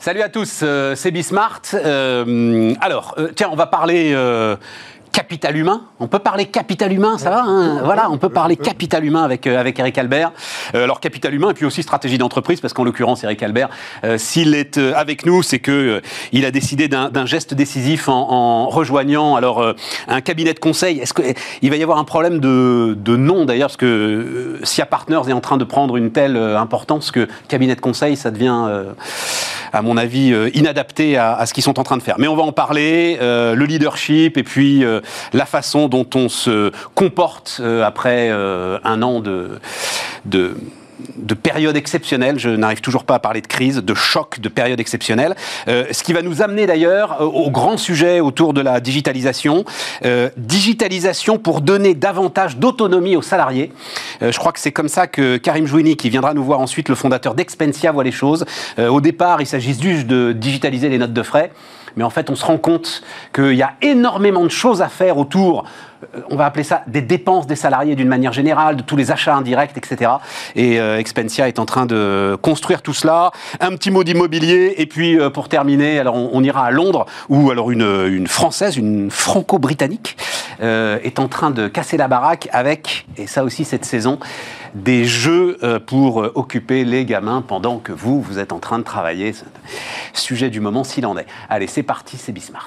Salut à tous, c'est Bismart. Tiens, on va parler capital humain. On peut parler capital humain, ça va hein. Voilà, on peut parler capital humain avec Eric Albert. Alors capital humain et puis aussi stratégie d'entreprise, parce qu'en l'occurrence Eric Albert, s'il est avec nous, c'est que il a décidé d'un geste décisif en rejoignant un cabinet de conseil. Est-ce qu'il va y avoir un problème de nom d'ailleurs, parce que SIA Partners est en train de prendre une telle importance que cabinet de conseil, ça devient à mon avis, inadapté à ce qu'ils sont en train de faire. Mais on va en parler, le leadership et puis la façon dont on se comporte après un an de période exceptionnelle. Je n'arrive toujours pas à parler de crise, de choc, de période exceptionnelle. Ce qui va nous amener d'ailleurs au grand sujet autour de la digitalisation. Digitalisation pour donner davantage d'autonomie aux salariés. Je crois que c'est comme ça que Karim Jouini, qui viendra nous voir ensuite, le fondateur d'Expensia, voit les choses. Au départ, il s'agit juste de digitaliser les notes de frais. Mais en fait, on se rend compte qu'il y a énormément de choses à faire autour, on va appeler ça des dépenses des salariés d'une manière générale, de tous les achats indirects, etc. Et Expensia est en train de construire tout cela. Un petit mot d'immobilier, et puis pour terminer, alors on ira à Londres, où alors une Française, une franco-britannique, est en train de casser la baraque avec, et ça aussi cette saison, des jeux pour occuper les gamins pendant que vous êtes en train de travailler. Sujet du moment, s'il en est. Allez, c'est parti, c'est Bismart.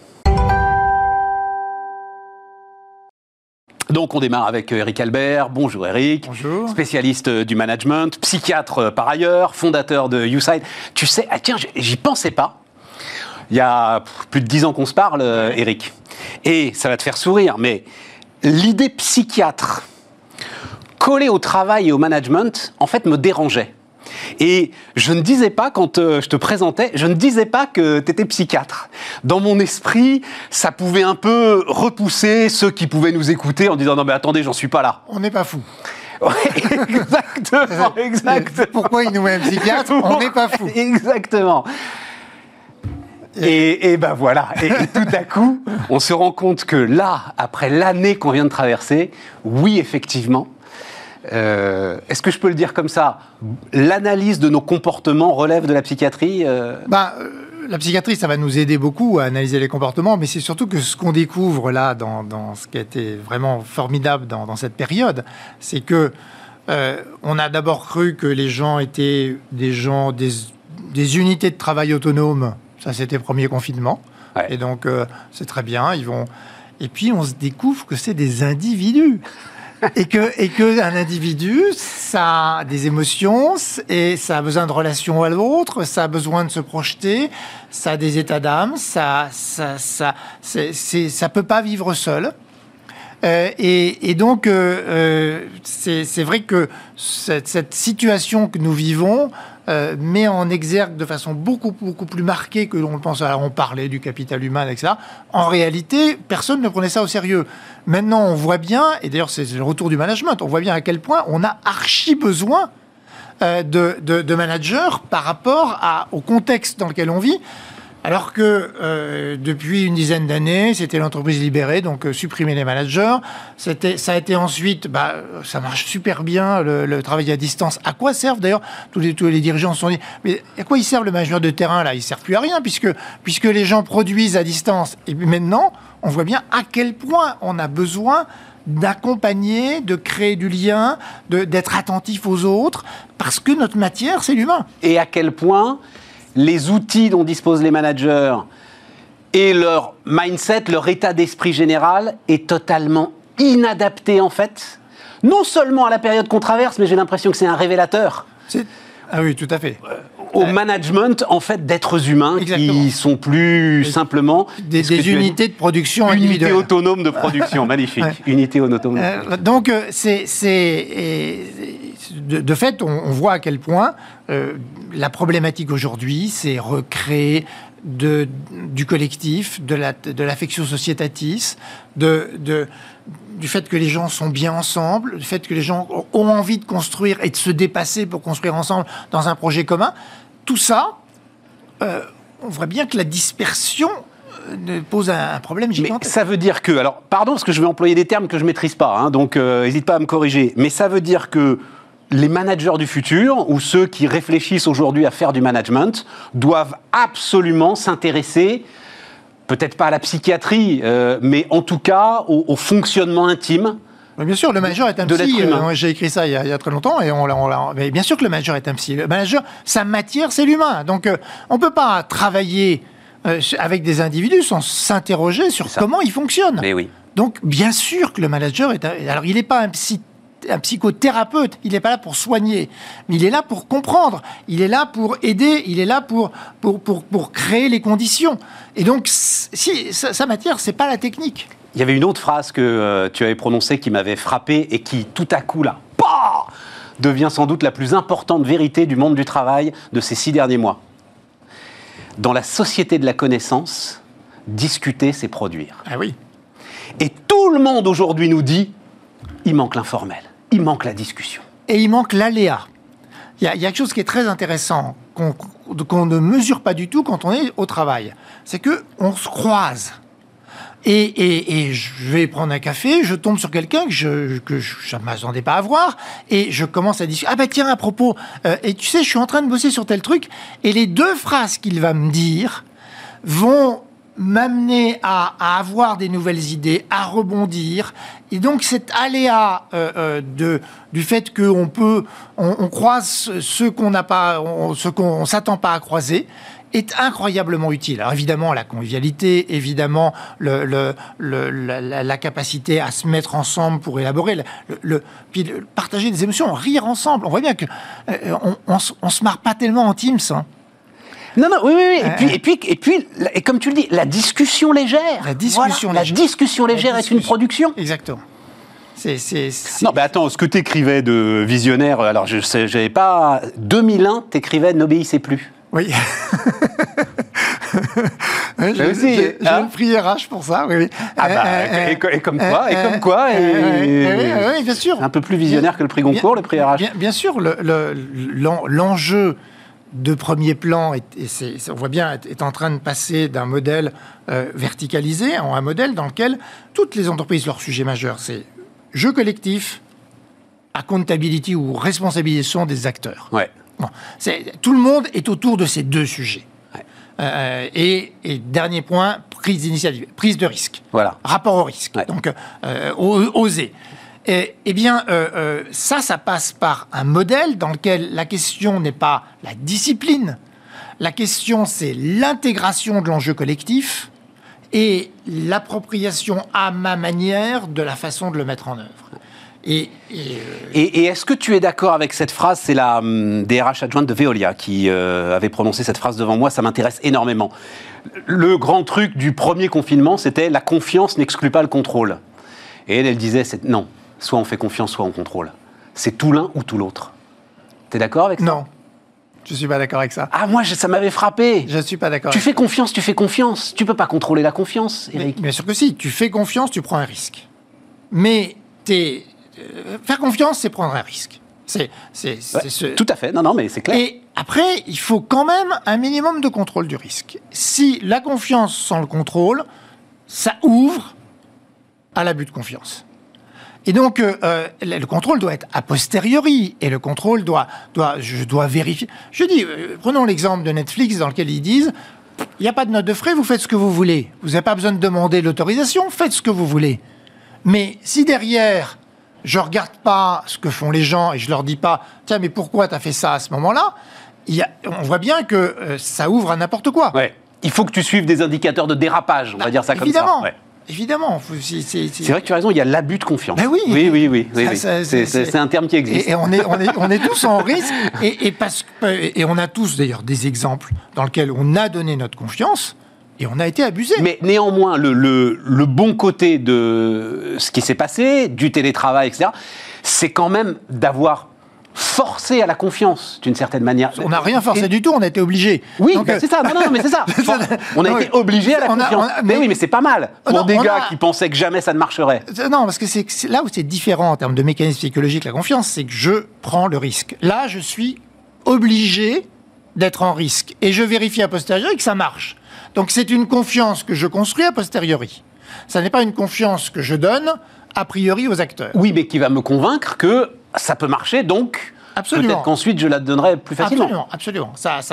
Donc on démarre avec Eric Albert. Bonjour Eric. Bonjour. Spécialiste du management, psychiatre par ailleurs, fondateur de YouSide. Tu sais, tiens, j'y pensais pas. Il y a plus de 10 ans qu'on se parle, Eric. Et ça va te faire sourire, mais l'idée psychiatre collée au travail et au management, en fait, me dérangeait. Et je ne disais pas, quand je te présentais, je ne disais pas que tu étais psychiatre. Dans mon esprit, ça pouvait un peu repousser ceux qui pouvaient nous écouter en disant « Non mais attendez, j'en suis pas là ». On n'est pas fou. Ouais, exactement, exactement. Pourquoi il nous met un psychiatre ? On n'est pas fou. Exactement. Et ben voilà, et tout à coup, on se rend compte que là, après l'année qu'on vient de traverser, oui, effectivement, est-ce que je peux le dire comme ça, l'analyse de nos comportements relève de la psychiatrie La psychiatrie, ça va nous aider beaucoup à analyser les comportements, mais c'est surtout que ce qu'on découvre là, dans ce qui a été vraiment formidable dans cette période, c'est que on a d'abord cru que les gens étaient des unités de travail autonomes. Ça, c'était le premier confinement. Ouais. Et donc, c'est très bien. Et puis, on se découvre que c'est des individus. et que un individu, ça a des émotions et ça a besoin de relations à l'autre, ça a besoin de se projeter, ça a des états d'âme, ça peut pas vivre seul. Et donc, c'est vrai que cette situation que nous vivons met en exergue de façon beaucoup plus marquée que l'on le pense. Alors, on parlait du capital humain, etc. En réalité, personne ne prenait ça au sérieux. Maintenant, on voit bien, et d'ailleurs, c'est le retour du management, on voit bien à quel point on a archi besoin de managers par rapport au contexte dans lequel on vit. Alors que depuis une dizaine d'années, c'était l'entreprise libérée, donc supprimer les managers. Ça a été ensuite, ça marche super bien, le travail à distance. À quoi servent d'ailleurs tous les dirigeants se sont dit, mais à quoi ils servent le management de terrain là ? Ils servent plus à rien puisque les gens produisent à distance. Et puis maintenant, on voit bien à quel point on a besoin d'accompagner, de créer du lien, d'être attentif aux autres, parce que notre matière, c'est l'humain. Et à quel point les outils dont disposent les managers et leur mindset, leur état d'esprit général est totalement inadapté en fait, non seulement à la période qu'on traverse, mais j'ai l'impression que c'est un révélateur. Ah oui, tout à fait. Au management, en fait, d'êtres humains. Exactement. Qui sont plus simplement des unités de production individuelles. Unité autonome de production, magnifique. Ouais. Unité autonome. Donc, de fait, on voit à quel point la problématique aujourd'hui, c'est recréer du collectif, de l'affectio societatis, du fait que les gens sont bien ensemble, du fait que les gens ont envie de construire et de se dépasser pour construire ensemble dans un projet commun. Tout ça, on voit bien que la dispersion pose un problème gigantesque. Mais ça veut dire que, alors, pardon, parce que je vais employer des termes que je ne maîtrise pas, donc n'hésite pas à me corriger, mais ça veut dire que les managers du futur, ou ceux qui réfléchissent aujourd'hui à faire du management, doivent absolument s'intéresser, peut-être pas à la psychiatrie, mais en tout cas au fonctionnement intime. Mais bien sûr, le manager est un psy. J'ai écrit ça il y a très longtemps, et mais bien sûr que le manager est un psy. Le manager, sa matière, c'est l'humain. Donc, on ne peut pas travailler avec des individus sans s'interroger sur comment ils fonctionnent. Mais oui. Donc, bien sûr que le manager est alors, il n'est pas un psychothérapeute, il n'est pas là pour soigner, mais il est là pour comprendre, il est là pour aider, il est là pour créer les conditions. Et donc, sa matière, c'est pas la technique. Il y avait une autre phrase que tu avais prononcée qui m'avait frappé et qui, tout à coup, là, devient sans doute la plus importante vérité du monde du travail de ces 6 derniers mois. Dans la société de la connaissance, discuter, c'est produire. Ah oui. Et tout le monde aujourd'hui nous dit, il manque l'informel, il manque la discussion. Et il manque l'aléa. Il y a quelque chose qui est très intéressant, qu'on ne mesure pas du tout quand on est au travail. C'est qu'on se croise. Et je vais prendre un café, je tombe sur quelqu'un que je ne m'attendais pas à voir, et je commence à discuter. Ah bah tiens, à propos, et tu sais, je suis en train de bosser sur tel truc, et les 2 phrases qu'il va me dire vont m'amener à avoir des nouvelles idées, à rebondir. Et donc cet aléa du fait qu'on croise ceux qu'on n'a pas, ceux qu'on s'attend pas à croiser, est incroyablement utile. Alors évidemment, la convivialité, évidemment, la capacité à se mettre ensemble pour élaborer, puis partager des émotions, rire ensemble. On voit bien que on se marre pas tellement en Teams. Hein. Non, oui. Et puis, comme tu le dis, la discussion légère. La discussion légère est une production. Exactement. Non, mais attends, ce que tu écrivais de visionnaire, alors je sais, j'avais pas... 2001, tu écrivais « N'obéissez plus ». Oui. J'ai le prix RH pour ça, oui. Ah bah, et comme quoi, oui, bien sûr. Un peu plus visionnaire que le prix Goncourt, le prix RH. Bien sûr, l'enjeu de premier plan, on voit bien, est en train de passer d'un modèle verticalisé à un modèle dans lequel toutes les entreprises, leur sujet majeur, c'est jeu collectif, accountability ou responsabilisation des acteurs. Ouais. Bon, tout le monde est autour de ces 2 sujets. Ouais. Et dernier point, prise d'initiative, prise de risque. Voilà. Rapport au risque. Ouais. Donc, oser. Eh bien, ça passe par un modèle dans lequel la question n'est pas la discipline. La question, c'est l'intégration de l'enjeu collectif et l'appropriation à ma manière de la façon de le mettre en œuvre. Et est-ce que tu es d'accord avec cette phrase? C'est la DRH adjointe de Veolia qui avait prononcé cette phrase devant moi, ça m'intéresse énormément. Le grand truc du premier confinement, c'était la confiance n'exclut pas le contrôle. Et elle disait, non, soit on fait confiance, soit on contrôle. C'est tout l'un ou tout l'autre. T'es d'accord avec ça? Non, je ne suis pas d'accord avec ça. Ah, moi, ça m'avait frappé. Je ne suis pas d'accord. Tu fais confiance. Tu ne peux pas contrôler la confiance, Eric. Bien sûr que si, tu fais confiance, tu prends un risque. Mais faire confiance, c'est prendre un risque. Tout à fait, non, mais c'est clair. Et après, il faut quand même un minimum de contrôle du risque. Si la confiance sans le contrôle, ça ouvre à l'abus de confiance. Et donc, le contrôle doit être a posteriori, et le contrôle je dois vérifier. Je dis, prenons l'exemple de Netflix dans lequel ils disent, il n'y a pas de note de frais, vous faites ce que vous voulez. Vous n'avez pas besoin de demander l'autorisation, faites ce que vous voulez. Mais si derrière, je ne regarde pas ce que font les gens et je ne leur dis pas « Tiens, mais pourquoi tu as fait ça à ce moment-là ?» on voit bien que ça ouvre à n'importe quoi. Ouais. Il faut que tu suives des indicateurs de dérapage, on va dire ça comme ça. Ouais. Évidemment. C'est vrai que tu as raison, il y a l'abus de confiance. Ben oui. Oui. C'est un terme qui existe. Et on est tous en risque. Et on a tous d'ailleurs des exemples dans lesquels on a donné notre confiance et on a été abusé. Mais néanmoins, le bon côté de ce qui s'est passé, du télétravail, etc., c'est quand même d'avoir forcé à la confiance, d'une certaine manière. On n'a rien forcé du tout, on a été obligés. Oui, c'est ça. Non, mais c'est ça. On a été obligés à la confiance. Mais oui, mais c'est pas mal pour des gars qui pensaient que jamais ça ne marcherait. Non, parce que c'est là où c'est différent en termes de mécanisme psychologique, la confiance, c'est que je prends le risque. Là, je suis obligé d'être en risque. Et je vérifie a posteriori que ça marche. Donc c'est une confiance que je construis a posteriori. Ça n'est pas une confiance que je donne a priori aux acteurs. Oui, mais qui va me convaincre que ça peut marcher, donc peut-être qu'ensuite je la donnerai plus facilement. Absolument.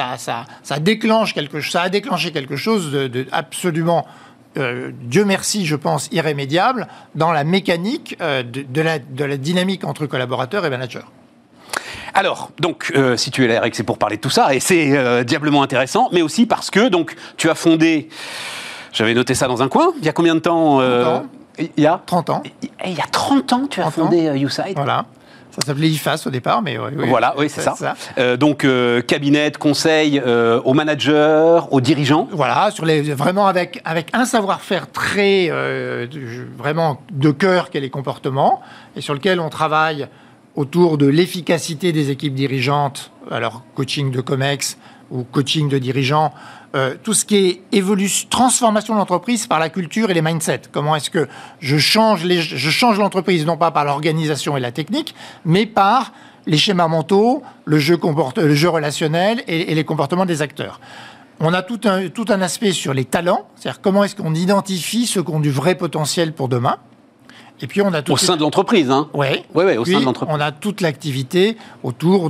Ça déclenche ça a déclenché quelque chose de absolument, Dieu merci, je pense, irrémédiable dans la mécanique de la dynamique entre collaborateurs et managers. Alors, donc, si tu es là, Eric, c'est pour parler de tout ça, et c'est diablement intéressant, mais aussi parce que, donc, tu as fondé, j'avais noté ça dans un coin, il y a combien de temps 30 ans. Il y a 30 ans. Il y a 30 ans, tu as fondé YouSide. Voilà. Ça s'appelait IFAS au départ, mais oui. Voilà, oui, c'est ça. Donc, cabinet de conseil aux managers, aux dirigeants. Voilà, vraiment avec un savoir-faire très, vraiment de cœur qu'est les comportements, et sur lequel on travaille autour de l'efficacité des équipes dirigeantes, alors coaching de COMEX ou coaching de dirigeants, tout ce qui est transformation de l'entreprise par la culture et les mindsets. Comment est-ce que je change l'entreprise, non pas par l'organisation et la technique, mais par les schémas mentaux, le jeu relationnel et les comportements des acteurs. On a tout un aspect sur les talents, c'est-à-dire comment est-ce qu'on identifie ceux qui ont du vrai potentiel pour demain. Et puis on a au sein de l'entreprise, hein. Oui, au sein de l'entreprise. On a toute l'activité autour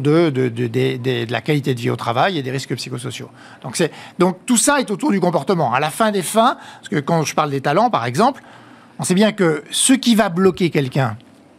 de la qualité de vie au travail et des risques psychosociaux. Donc tout ça est autour du comportement. À la fin des fins, parce que quand je parle des talents, par exemple, on sait bien que ce qui va bloquer quelqu'un,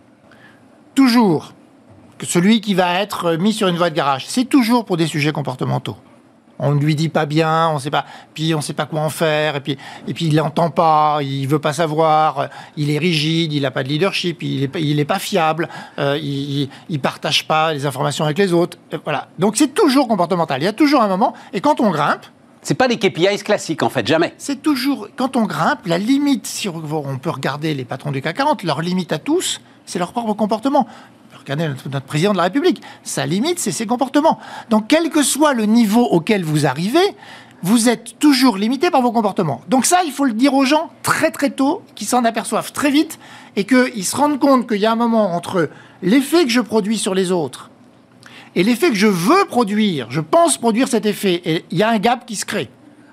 toujours, que celui qui va être mis sur une voie de garage, c'est toujours pour des sujets comportementaux. On ne lui dit pas bien, on ne sait pas quoi en faire, et puis il n'entend pas, il veut pas savoir, il est rigide, il n'a pas de leadership, il est pas fiable, il partage pas les informations avec les autres, voilà. Donc c'est toujours comportemental. Il y a toujours un moment, et quand on grimpe, c'est pas les KPIs classiques en fait, jamais. C'est toujours quand on grimpe, la limite. Si on peut regarder les patrons du CAC 40, leur limite à tous, c'est leur propre comportement. Regardez notre président de la République, sa limite, c'est ses comportements. Donc, quel que soit le niveau auquel vous arrivez, vous êtes toujours limité par vos comportements. Donc ça, il faut le dire aux gens très très tôt, qu'ils s'en aperçoivent très vite, et qu'ils se rendent compte qu'il y a un moment entre l'effet que je produis sur les autres et l'effet que je veux produire, je pense produire cet effet, et il y a un gap qui se crée.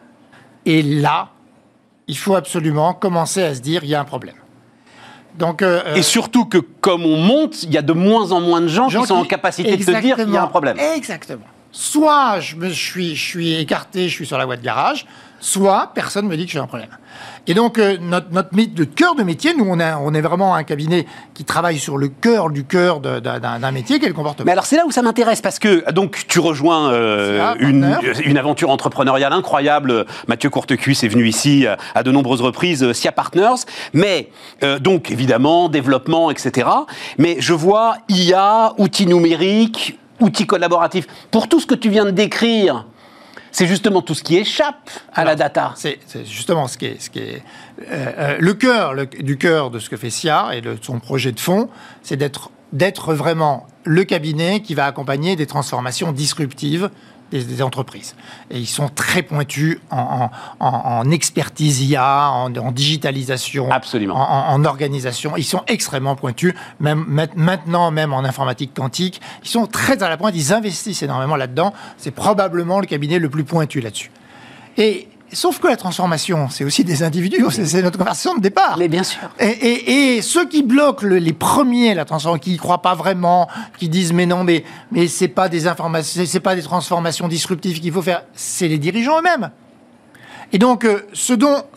Et là, il faut absolument commencer à se dire, il y a un problème. Donc, et surtout que comme on monte, il y a de moins en moins de gens qui sont en capacité de se dire qu'il y a un problème. Exactement. Soit je suis écarté, je suis sur la voie de garage, soit personne ne me dit que j'ai un problème. Et donc, notre cœur de métier, nous, on est vraiment un cabinet qui travaille sur le cœur du cœur d'un métier, qui est le comportement. Mais alors, c'est là où ça m'intéresse, parce que donc, tu rejoins une aventure entrepreneuriale incroyable. Mathieu Courtecuisse est venu ici à de nombreuses reprises, SIA Partners. Mais, donc, évidemment, développement, etc. Mais je vois IA, outils numériques, outils collaboratifs. Pour tout ce que tu viens de décrire, c'est justement tout ce qui échappe à la data. C'est justement ce qui est le cœur du cœur de ce que fait SIA et de son projet de fond, c'est d'être vraiment le cabinet qui va accompagner des transformations disruptives des entreprises. Et ils sont très pointus en expertise IA, en digitalisation, absolument, en organisation. Ils sont extrêmement pointus, maintenant même en informatique quantique. Ils sont très à la pointe, ils investissent énormément là-dedans. C'est probablement le cabinet le plus pointu là-dessus. Sauf que la transformation, c'est aussi des individus, c'est notre conversation de départ. Mais bien sûr. Et ceux qui bloquent les premiers, la transformation, qui n'y croient pas vraiment, qui disent mais non, mais c'est pas des transformations disruptives qu'il faut faire, c'est les dirigeants eux-mêmes. Et donc, c'est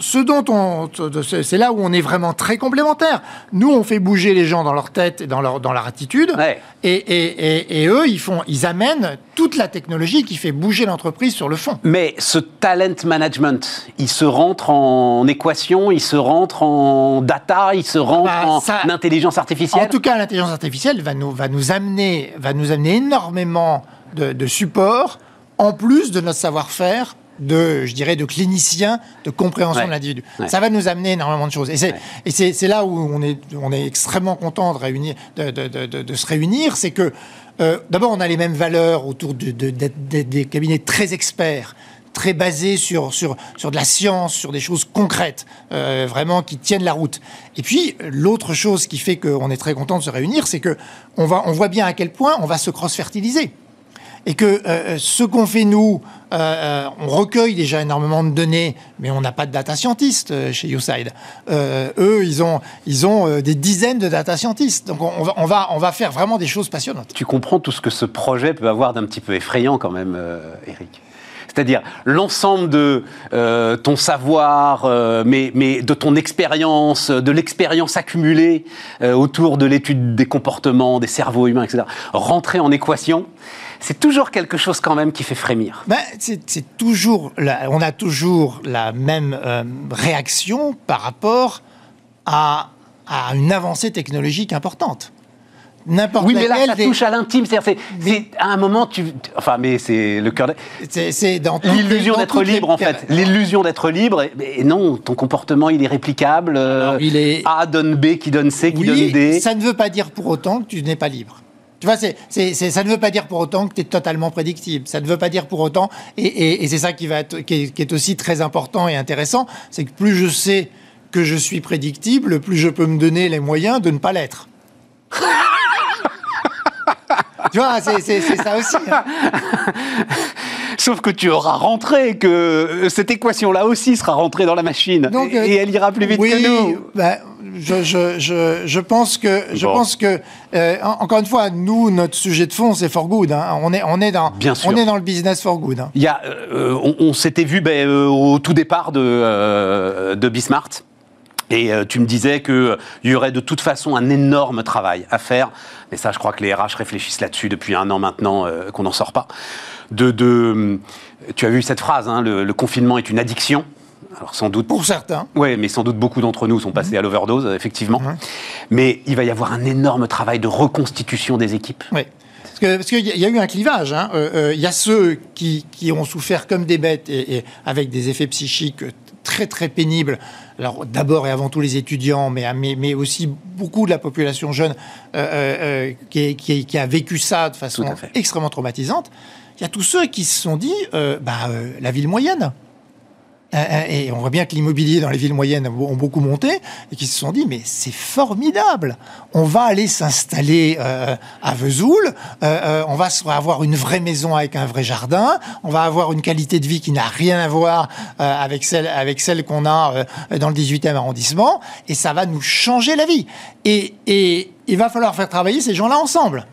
là où on est vraiment très complémentaires. Nous, on fait bouger les gens dans leur tête et dans leur attitude. Ouais. Et eux, ils amènent toute la technologie qui fait bouger l'entreprise sur le fond. Mais ce talent management, il se rentre en équation, il se rentre en data, il se rentre en intelligence artificielle. En tout cas, l'intelligence artificielle va nous amener énormément de support, en plus de notre savoir-faire de clinicien, de compréhension de l'individu. Ouais. Ça va nous amener énormément de choses. Et c'est là où on est extrêmement content de se réunir. C'est que, d'abord, on a les mêmes valeurs autour des cabinets très experts, très basés sur de la science, sur des choses concrètes, vraiment qui tiennent la route. Et puis, l'autre chose qui fait qu'on est très content de se réunir, c'est qu'on voit bien à quel point on va se cross-fertiliser. et que ce qu'on fait nous, on recueille déjà énormément de données, mais on n'a pas de data scientists chez YouSide. Eux, ils ont des dizaines de data scientists. Donc on va faire vraiment des choses passionnantes. Tu comprends tout ce que ce projet peut avoir d'un petit peu effrayant quand même, Eric. C'est-à-dire l'ensemble de ton savoir, mais de ton expérience, de l'expérience accumulée autour de l'étude des comportements, des cerveaux humains, etc. Rentrer en équation, c'est toujours quelque chose quand même qui fait frémir. C'est toujours, on a toujours la même réaction par rapport à une avancée technologique importante. Oui, mais là, ça touche à l'intime. C'est à un moment, mais c'est le cœur. C'est dans l'illusion d'être libre, en fait. L'illusion d'être libre. Et non, ton comportement, il est réplicable. A donne B, qui donne C, qui donne D. Ça ne veut pas dire pour autant que tu n'es pas libre. Tu vois, ça ne veut pas dire pour autant que tu es totalement prédictible. Ça ne veut pas dire pour autant, et c'est ça qui est aussi très important et intéressant, c'est que plus je sais que je suis prédictible, plus je peux me donner les moyens de ne pas l'être. Tu vois, c'est ça aussi. Hein. Sauf que tu auras rentré, que cette équation-là aussi sera rentrée dans la machine. Donc, et elle ira plus vite que nous. Je pense que encore une fois, nous, notre sujet de fond, c'est for good. Hein. On est dans le business for good. Hein. On s'était vu au tout départ de Bismart. Et tu me disais qu'il y aurait de toute façon un énorme travail à faire. Et ça, je crois que les RH réfléchissent là-dessus depuis 1 an maintenant, qu'on n'en sort pas. Tu as vu cette phrase, hein, le confinement est une addiction. Alors sans doute... Pour certains. Oui, mais sans doute beaucoup d'entre nous sont passés à l'overdose, effectivement. Mais il va y avoir un énorme travail de reconstitution des équipes. Oui. Parce qu'il y a eu un clivage. Hein. Il y a ceux qui ont souffert comme des bêtes et avec des effets psychiques très très pénibles. Alors d'abord et avant tout les étudiants, mais aussi beaucoup de la population jeune qui a vécu ça de façon extrêmement traumatisante. Il y a tous ceux qui se sont dit, la ville moyenne. Et on voit bien que l'immobilier dans les villes moyennes ont beaucoup monté et qui se sont dit mais c'est formidable, on va aller s'installer à Vesoul, on va avoir une vraie maison avec un vrai jardin, on va avoir une qualité de vie qui n'a rien à voir avec celle qu'on a dans le 18e arrondissement et ça va nous changer la vie et il va falloir faire travailler ces gens-là ensemble.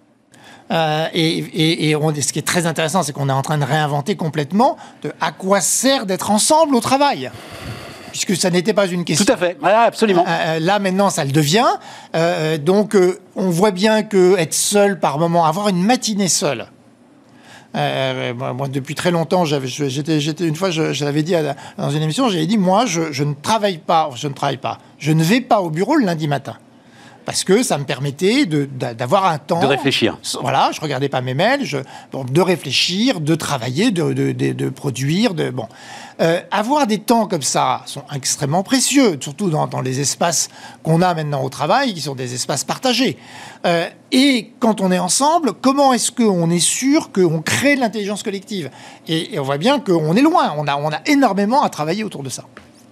Ce qui est très intéressant, c'est qu'on est en train de réinventer complètement à quoi sert d'être ensemble au travail. Puisque ça n'était pas une question. Tout à fait, voilà, absolument. Là, maintenant, ça le devient. Donc, on voit bien qu'être seul par moment, avoir une matinée seule. Moi, depuis très longtemps, j'étais une fois, je l'avais dit dans une émission, j'avais dit, moi, je ne travaille pas. Je ne vais pas au bureau le lundi matin. Parce que ça me permettait d'avoir un temps... De réfléchir. Voilà, je ne regardais pas mes mails, de réfléchir, de travailler, de produire. Avoir des temps comme ça sont extrêmement précieux, surtout dans les espaces qu'on a maintenant au travail, qui sont des espaces partagés. Et quand on est ensemble, comment est-ce qu'on est sûr qu'on crée de l'intelligence collective ? Et on voit bien qu'on est loin, on a énormément à travailler autour de ça.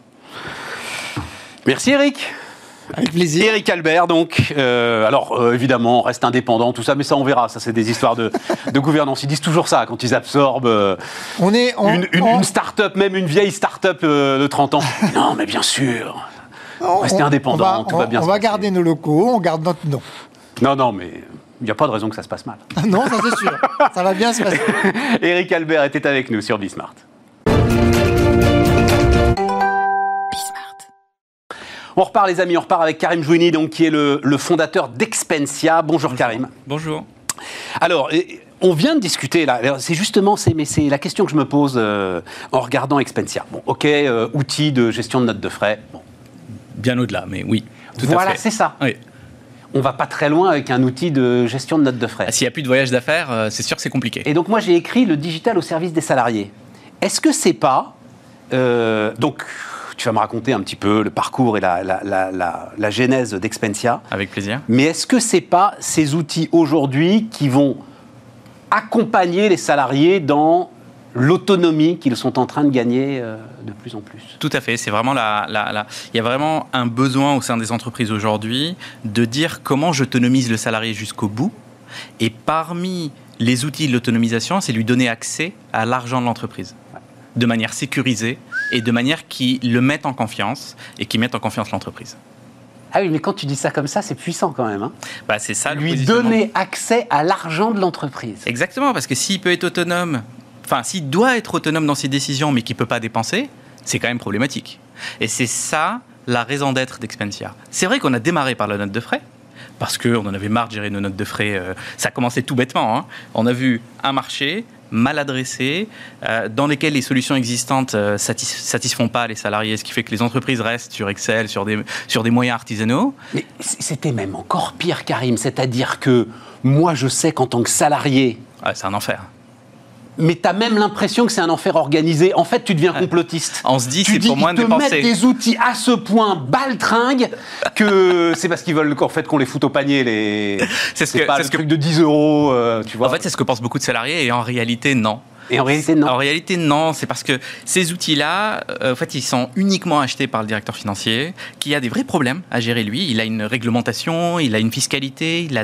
Merci Eric. Avec plaisir. Eric Albert, donc. Alors, évidemment, reste indépendant, tout ça, mais ça, on verra. Ça, c'est des histoires de gouvernance. Ils disent toujours ça quand ils absorbent une start-up, même une vieille start-up de 30 ans. Non, mais bien sûr. Restez indépendant, tout va bien se passer. On va garder nos locaux, on garde notre nom. Non, mais il n'y a pas de raison que ça se passe mal. Non, ça c'est sûr. Ça va bien se passer. Eric Albert était avec nous sur Bismart. On repart les amis, on repart avec Karim Jouini, donc, qui est le fondateur d'Expensia. Bonjour Karim. Bonjour. Alors, on vient de discuter, là, c'est la question que je me pose en regardant Expensia. Bon, ok, outil de gestion de notes de frais. Bon. Bien au-delà, mais oui, tout à fait. Voilà, c'est ça. Oui. On va pas très loin avec un outil de gestion de notes de frais. S'il n'y a plus de voyage d'affaires, c'est sûr que c'est compliqué. Et donc moi j'ai écrit le digital au service des salariés. Est-ce que c'est pas... donc tu vas me raconter un petit peu le parcours et la genèse d'Expensia. Avec plaisir. Mais est-ce que c'est pas ces outils aujourd'hui qui vont accompagner les salariés dans l'autonomie qu'ils sont en train de gagner de plus en plus? Tout à fait, c'est vraiment il y a vraiment un besoin au sein des entreprises aujourd'hui de dire comment j'autonomise le salarié jusqu'au bout. Et parmi les outils de l'autonomisation, c'est lui donner accès à l'argent de l'entreprise de manière sécurisée et de manière qui le mette en confiance et qui mette en confiance l'entreprise. Ah oui, mais quand tu dis ça comme ça, c'est puissant quand même. Hein. C'est ça. Lui donner accès à l'argent de l'entreprise. Exactement, parce que s'il peut être autonome, s'il doit être autonome dans ses décisions, mais qu'il ne peut pas dépenser, c'est quand même problématique. Et c'est ça la raison d'être d'Expensia. C'est vrai qu'on a démarré par la note de frais, parce qu'on en avait marre de gérer nos notes de frais. Ça commençait tout bêtement. Hein. On a vu un marché mal adressé, dans lesquels les solutions existantes satisfont pas les salariés, ce qui fait que les entreprises restent sur Excel, sur des moyens artisanaux. Mais c'était même encore pire, Karim. C'est-à-dire que moi, je sais qu'en tant que salarié... c'est un enfer. Mais tu as même l'impression que c'est un enfer organisé. En fait, tu deviens complotiste. On se dit, c'est pour moins de dépenser. Tu dis qu'ils te mettent des outils à ce point baltringues que c'est parce qu'ils veulent en fait, qu'on les foute au panier. C'est pas le truc de 10 €, tu vois. En fait, c'est ce que pensent beaucoup de salariés et en réalité, non. Et en réalité, non. En réalité, non. C'est parce que ces outils-là, en fait, ils sont uniquement achetés par le directeur financier, qui a des vrais problèmes à gérer lui. Il a une réglementation, il a une fiscalité, il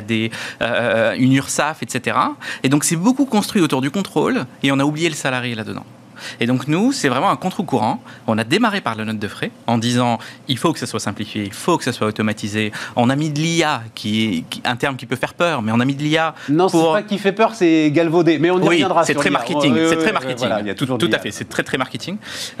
a une URSSAF, etc. Et donc, c'est beaucoup construit autour du contrôle et on a oublié le salarié là-dedans. Et donc nous, c'est vraiment un contre-courant. On a démarré par la note de frais en disant il faut que ça soit simplifié, il faut que ça soit automatisé. On a mis de l'IA, qui est un terme qui peut faire peur, mais on a mis de l'IA. Non, c'est pas qui fait peur, c'est galvaudé. Mais on y reviendra. C'est très marketing. C'est très marketing. Voilà, il y a tout à fait. C'est très très marketing.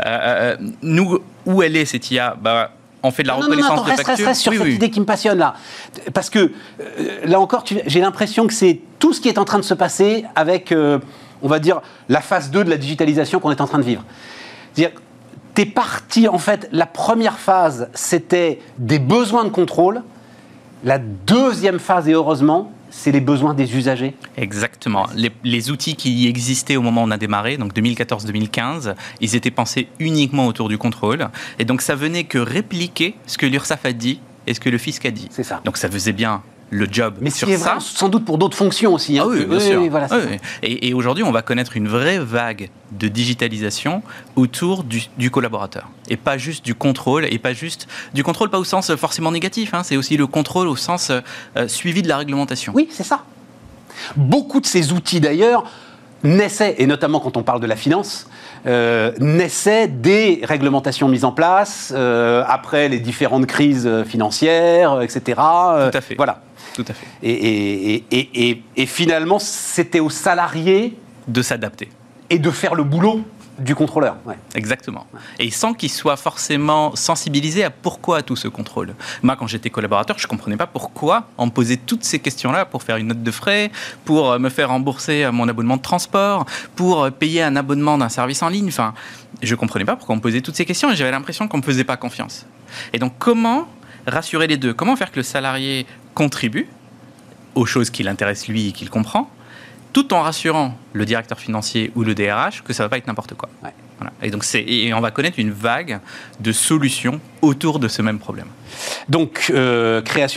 Nous, où elle est cette IA? On fait de la reconnaissance de factures. Reste sur cette idée qui me passionne là. Parce que là encore, j'ai l'impression que c'est tout ce qui est en train de se passer avec. On va dire, la phase 2 de la digitalisation qu'on est en train de vivre. C'est-à-dire, t'es parti, en fait, la première phase, c'était des besoins de contrôle. La deuxième phase, et heureusement, c'est les besoins des usagers. Exactement. Les outils qui existaient au moment où on a démarré, donc 2014-2015, ils étaient pensés uniquement autour du contrôle. Et donc, ça venait que répliquer ce que l'URSSAF a dit et ce que le fisc a dit. C'est ça. Donc, ça faisait bien le job. Mais ce qui est vrai, sans doute pour d'autres fonctions aussi. Hein. Ah oui, bien sûr. Oui, voilà, et aujourd'hui, on va connaître une vraie vague de digitalisation autour du collaborateur. Et pas juste du contrôle, et pas juste du contrôle, pas au sens forcément négatif, hein, c'est aussi le contrôle au sens suivi de la réglementation. Oui, c'est ça. Beaucoup de ces outils, d'ailleurs, naissaient, et notamment quand on parle de la finance, naissaient des réglementations mises en place après les différentes crises financières, etc. Tout à fait. Voilà. Tout à fait. Et finalement, c'était aux salariés de s'adapter. Et de faire le boulot du contrôleur. Ouais. Exactement. Et sans qu'il soit forcément sensibilisé à pourquoi tout ce contrôle. Moi, quand j'étais collaborateur, je ne comprenais pas pourquoi on me posait toutes ces questions-là pour faire une note de frais, pour me faire rembourser mon abonnement de transport, pour payer un abonnement d'un service en ligne. Enfin, je ne comprenais pas pourquoi on me posait toutes ces questions et j'avais l'impression qu'on ne me faisait pas confiance. Et donc, comment rassurer les deux? Comment faire que le salarié contribue aux choses qui l'intéressent lui et qu'il comprend, tout en rassurant le directeur financier ou le DRH que ça ne va pas être n'importe quoi. Ouais. Voilà. Et donc et on va connaître une vague de solutions autour de ce même problème. Donc, création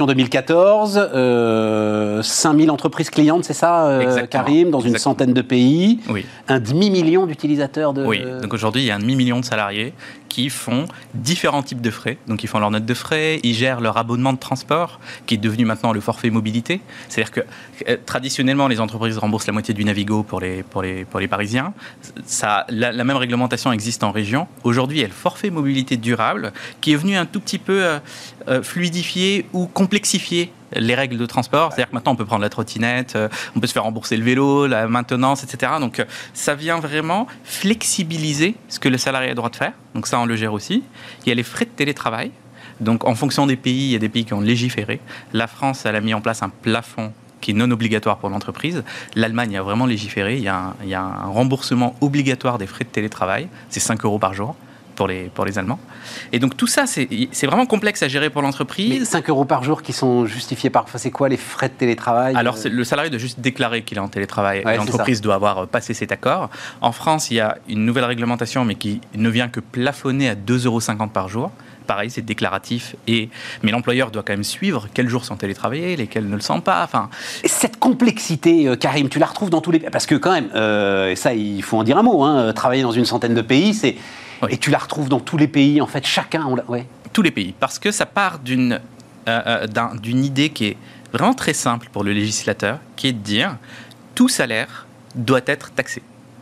2014, 5000 entreprises clientes, c'est ça, Karim, dans une centaine de pays, oui. Un demi-million d'utilisateurs de... Oui, donc aujourd'hui, il y a un demi-million de salariés qui font différents types de frais. Donc, ils font leur note de frais, ils gèrent leur abonnement de transport, qui est devenu maintenant le forfait mobilité. C'est-à-dire que, traditionnellement, les entreprises remboursent la moitié du Navigo pour les Parisiens. La même réglementation existe en région. Aujourd'hui, il y a le forfait mobilité durable, qui est venu un tout petit peu fluidifier ou complexifier les règles de transport. C'est-à-dire que maintenant, on peut prendre la trottinette, on peut se faire rembourser le vélo, la maintenance, etc. Donc, ça vient vraiment flexibiliser ce que le salarié a le droit de faire. Donc, ça, on le gère aussi. Il y a les frais de télétravail. Donc, en fonction des pays, il y a des pays qui ont légiféré. La France, elle a mis en place un plafond qui est non obligatoire pour l'entreprise. L'Allemagne a vraiment légiféré. Il y a un remboursement obligatoire des frais de télétravail. C'est 5 € par jour pour les Allemands. Et donc tout ça, c'est vraiment complexe à gérer pour l'entreprise. Mais 5 € par jour qui sont justifiés par... Enfin, c'est quoi les frais de télétravail? Alors, le salarié doit juste déclarer qu'il est en télétravail. Ouais, et l'entreprise doit avoir passé cet accord. En France, il y a une nouvelle réglementation, mais qui ne vient que plafonner à 2,50 € par jour. Pareil, c'est déclaratif. Mais l'employeur doit quand même suivre quels jours sont télétravaillés, lesquels ne le sont pas. Enfin... Cette complexité, Karim, tu la retrouves dans tous les pays. Parce que quand même, et ça, il faut en dire un mot, hein, travailler dans une centaine de pays, c'est... Oui. Et tu la retrouves dans tous les pays, en fait, chacun... Ouais. Tous les pays, parce que ça part d'une idée qui est vraiment très simple pour le législateur, qui est de dire tout salaire doit être taxé.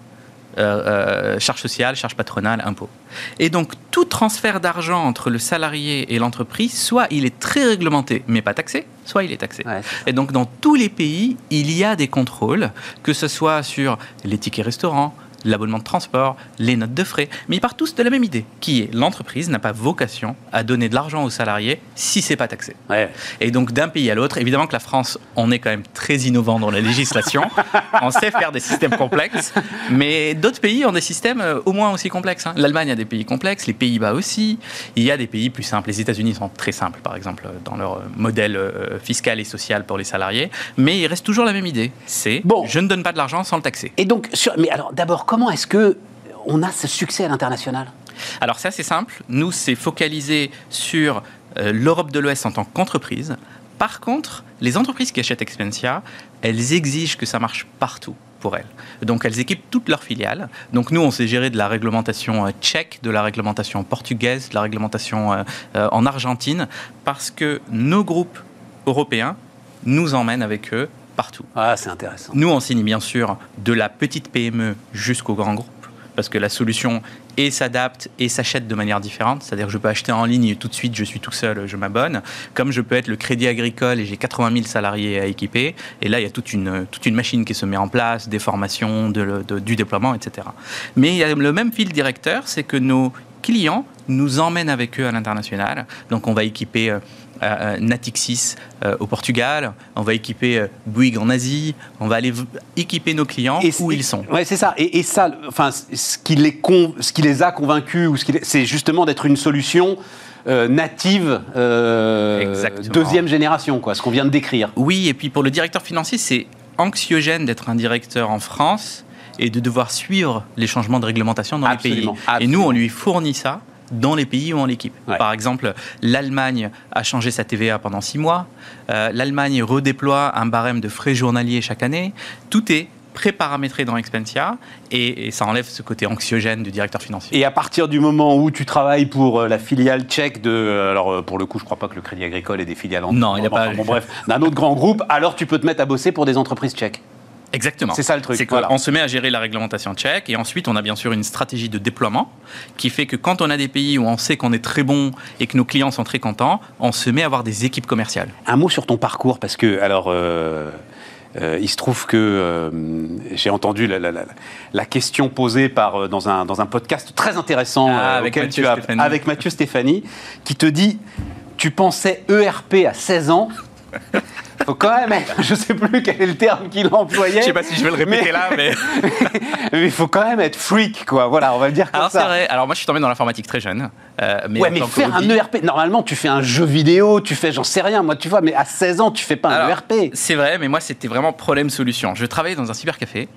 Charges sociales, charges patronales, impôts. Et donc, tout transfert d'argent entre le salarié et l'entreprise, soit il est très réglementé, mais pas taxé, soit il est taxé. Ouais. Et donc, dans tous les pays, il y a des contrôles, que ce soit sur les tickets restaurants, l'abonnement de transport, les notes de frais, mais ils partent tous de la même idée, qui est l'entreprise n'a pas vocation à donner de l'argent aux salariés si c'est pas taxé. Ouais. Et donc d'un pays à l'autre, évidemment que la France, on est quand même très innovant dans la législation, on sait faire des systèmes complexes, mais d'autres pays ont des systèmes au moins aussi complexes. L'Allemagne a des pays complexes, les Pays-Bas aussi, il y a des pays plus simples. Les États-Unis sont très simples, par exemple, dans leur modèle fiscal et social pour les salariés, mais il reste toujours la même idée, c'est je ne donne pas de l'argent sans le taxer. Et donc, mais alors d'abord, comment est-ce qu'on a ce succès à l'international ? Alors c'est assez simple. Nous, c'est focalisé sur l'Europe de l'Ouest en tant qu'entreprise. Par contre, les entreprises qui achètent Expensia, elles exigent que ça marche partout pour elles. Donc elles équipent toutes leurs filiales. Donc nous, on sait gérer de la réglementation tchèque, de la réglementation portugaise, de la réglementation en Argentine, parce que nos groupes européens nous emmènent avec eux partout. Ah, c'est intéressant. Nous, on signe bien sûr de la petite PME jusqu'au grand groupe, parce que la solution s'adapte et s'achète de manière différente. C'est-à-dire que je peux acheter en ligne et tout de suite, je suis tout seul, je m'abonne. Comme je peux être le Crédit Agricole et j'ai 80 000 salariés à équiper. Et là, il y a toute une machine qui se met en place, des formations, du déploiement, etc. Mais il y a le même fil directeur, c'est que nos clients nous emmènent avec eux à l'international. Donc, on va équiper Natixis au Portugal, on va équiper Bouygues en Asie, on va aller équiper nos clients où ils sont. Ouais, c'est ça. Et ça, enfin, ce qui les a convaincus, c'est justement d'être une solution native, deuxième génération, quoi, ce qu'on vient de décrire. Oui, et puis pour le directeur financier, c'est anxiogène d'être un directeur en France et de devoir suivre les changements de réglementation dans les pays. Absolument. Et nous, on lui fournit ça dans les pays où on l'équipe. Ouais. Par exemple, l'Allemagne a changé sa TVA pendant 6 mois. L'Allemagne redéploie un barème de frais journaliers chaque année. Tout est pré-paramétré dans Expensia et ça enlève ce côté anxiogène du directeur financier. Et à partir du moment où tu travailles pour la filiale tchèque alors pour le coup, je ne crois pas que le Crédit Agricole ait des filiales d'un autre grand groupe, alors tu peux te mettre à bosser pour des entreprises tchèques. Exactement. C'est ça le truc. C'est qu'on se met à gérer la réglementation tchèque et ensuite on a bien sûr une stratégie de déploiement qui fait que quand on a des pays où on sait qu'on est très bon et que nos clients sont très contents, on se met à avoir des équipes commerciales. Un mot sur ton parcours parce que il se trouve que j'ai entendu la question posée dans un podcast très intéressant avec Mathieu Stéphanie qui te dit tu pensais ERP à 16 ans. Faut quand même être, je sais plus quel est le terme qu'il employait. Je sais pas si je vais le répéter là, mais il faut quand même être freak, quoi. Voilà, on va le dire comme ça. Alors c'est vrai. Alors moi, je suis tombé dans l'informatique très jeune. Mais faire un ERP, normalement, tu fais un jeu vidéo, tu fais, j'en sais rien, moi, tu vois. Mais à 16 ans, tu fais pas un ERP. C'est vrai, mais moi, c'était vraiment problème-solution. Je travaillais dans un cybercafé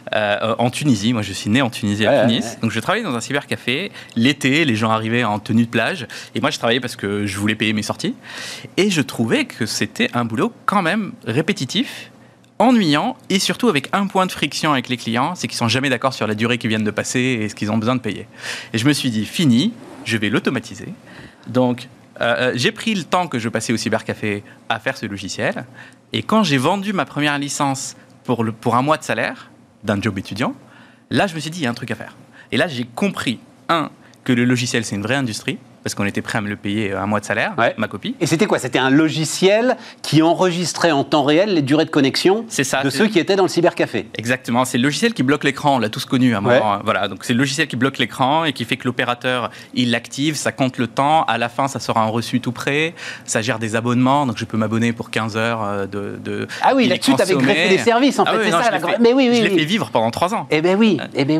en Tunisie. Moi, je suis né en Tunisie à Tunis. Ouais. Donc, je travaillais dans un cybercafé. L'été, les gens arrivaient en tenue de plage. Et moi, je travaillais parce que je voulais payer mes sorties. Et je trouvais que c'était un boulot quand même répétitif, ennuyant et surtout avec un point de friction avec les clients, c'est qu'ils sont jamais d'accord sur la durée qu'ils viennent de passer et ce qu'ils ont besoin de payer. Et je me suis dit, fini, je vais l'automatiser. Donc, j'ai pris le temps que je passais au cybercafé à faire ce logiciel. Et quand j'ai vendu ma première licence pour un mois de salaire d'un job étudiant, là, je me suis dit, il y a un truc à faire. Et là, j'ai compris, que le logiciel, c'est une vraie industrie. Parce qu'on était prêt à me le payer un mois de salaire, ma copie. Et c'était quoi ? C'était un logiciel qui enregistrait en temps réel les durées de connexion de ceux qui étaient dans le cybercafé. Exactement, c'est le logiciel qui bloque l'écran, on l'a tous connu à un moment. Voilà, donc c'est le logiciel qui bloque l'écran et qui fait que l'opérateur, il l'active, ça compte le temps, à la fin ça sera un reçu tout prêt, ça gère des abonnements, donc je peux m'abonner pour 15 heures de Ah oui, là-dessus tu avais greffé des services en fait, c'est ça mais oui, je l'ai fait vivre pendant 3 ans. Eh ben oui,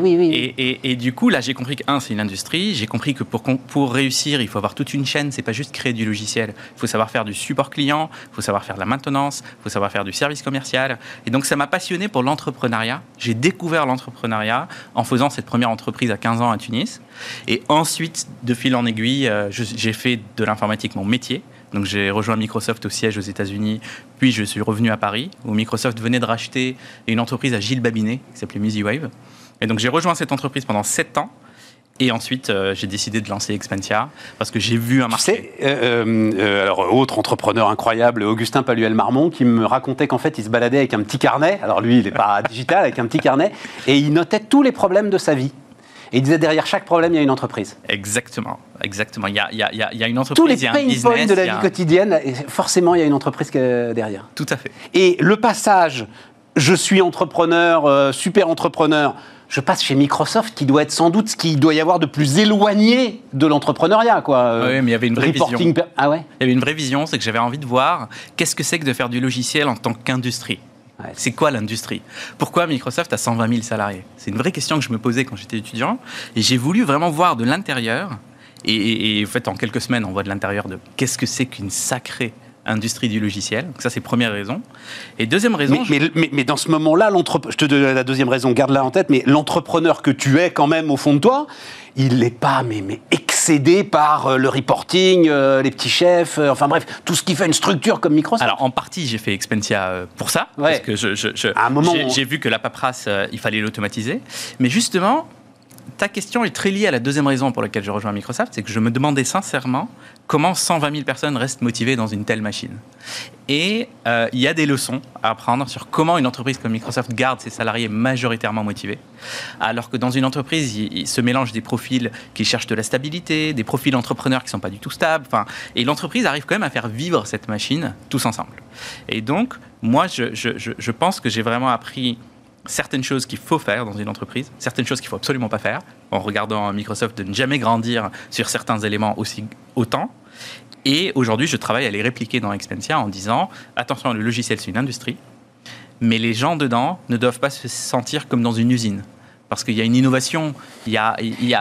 Et du coup, là j'ai compris que c'est une industrie, j'ai compris que pour réussir, il faut avoir toute une chaîne, c'est pas juste créer du logiciel. Il faut savoir faire du support client, il faut savoir faire de la maintenance, il faut savoir faire du service commercial. Et donc ça m'a passionné pour l'entrepreneuriat. J'ai découvert l'entrepreneuriat en faisant cette première entreprise à 15 ans à Tunis. Et ensuite, de fil en aiguille, j'ai fait de l'informatique mon métier. Donc j'ai rejoint Microsoft au siège aux États-Unis, puis je suis revenu à Paris, où Microsoft venait de racheter une entreprise à Gilles Babinet, qui s'appelait MusiWave. Et donc j'ai rejoint cette entreprise pendant 7 ans. Et ensuite, j'ai décidé de lancer Expensia parce que j'ai vu un marché. Tu sais, alors, autre entrepreneur incroyable, Augustin Paluel-Marmont, qui me racontait qu'en fait, il se baladait avec un petit carnet. Alors lui, il n'est pas digital, avec un petit carnet. Et il notait tous les problèmes de sa vie. Et il disait, derrière chaque problème, il y a une entreprise. Exactement. Il y a une entreprise, tous les il y a un pain business. points de la vie quotidienne, forcément, il y a une entreprise derrière. Tout à fait. Et le passage, je suis entrepreneur, super entrepreneur, je passe chez Microsoft, qui doit être sans doute ce qu'il doit y avoir de plus éloigné de l'entrepreneuriat, quoi. Oui, mais il y avait une vraie vision. Ah ouais. Il y avait une vraie vision, c'est que j'avais envie de voir qu'est-ce que c'est que de faire du logiciel en tant qu'industrie. Ouais. C'est quoi l'industrie? Pourquoi Microsoft a 120 000 salariés? C'est une vraie question que je me posais quand j'étais étudiant. Et j'ai voulu vraiment voir de l'intérieur. Et en fait, en quelques semaines, on voit de l'intérieur de qu'est-ce que c'est qu'une sacrée industrie du logiciel. Donc ça, c'est première raison. Et deuxième raison... Mais dans ce moment-là, je te donne la deuxième raison, garde-la en tête, mais l'entrepreneur que tu es quand même au fond de toi, il n'est pas mais excédé par le reporting, les petits chefs, enfin bref, tout ce qui fait une structure comme Microsoft. Alors en partie, j'ai fait Expensia pour ça, ouais. Parce que à un moment, j'ai vu que la paperasse, il fallait l'automatiser. Mais justement, ta question est très liée à la deuxième raison pour laquelle je rejoins Microsoft, c'est que je me demandais sincèrement comment 120 000 personnes restent motivées dans une telle machine. Et il y a des leçons à apprendre sur comment une entreprise comme Microsoft garde ses salariés majoritairement motivés, alors que dans une entreprise, il se mélange des profils qui cherchent de la stabilité, des profils entrepreneurs qui ne sont pas du tout stables, et l'entreprise arrive quand même à faire vivre cette machine tous ensemble. Et donc, moi, je pense que j'ai vraiment appris certaines choses qu'il faut faire dans une entreprise, certaines choses qu'il ne faut absolument pas faire, en regardant Microsoft de ne jamais grandir sur certains éléments autant. Et aujourd'hui, je travaille à les répliquer dans Expensia en disant « Attention, le logiciel, c'est une industrie, mais les gens dedans ne doivent pas se sentir comme dans une usine. Parce qu'il y a une innovation, il y a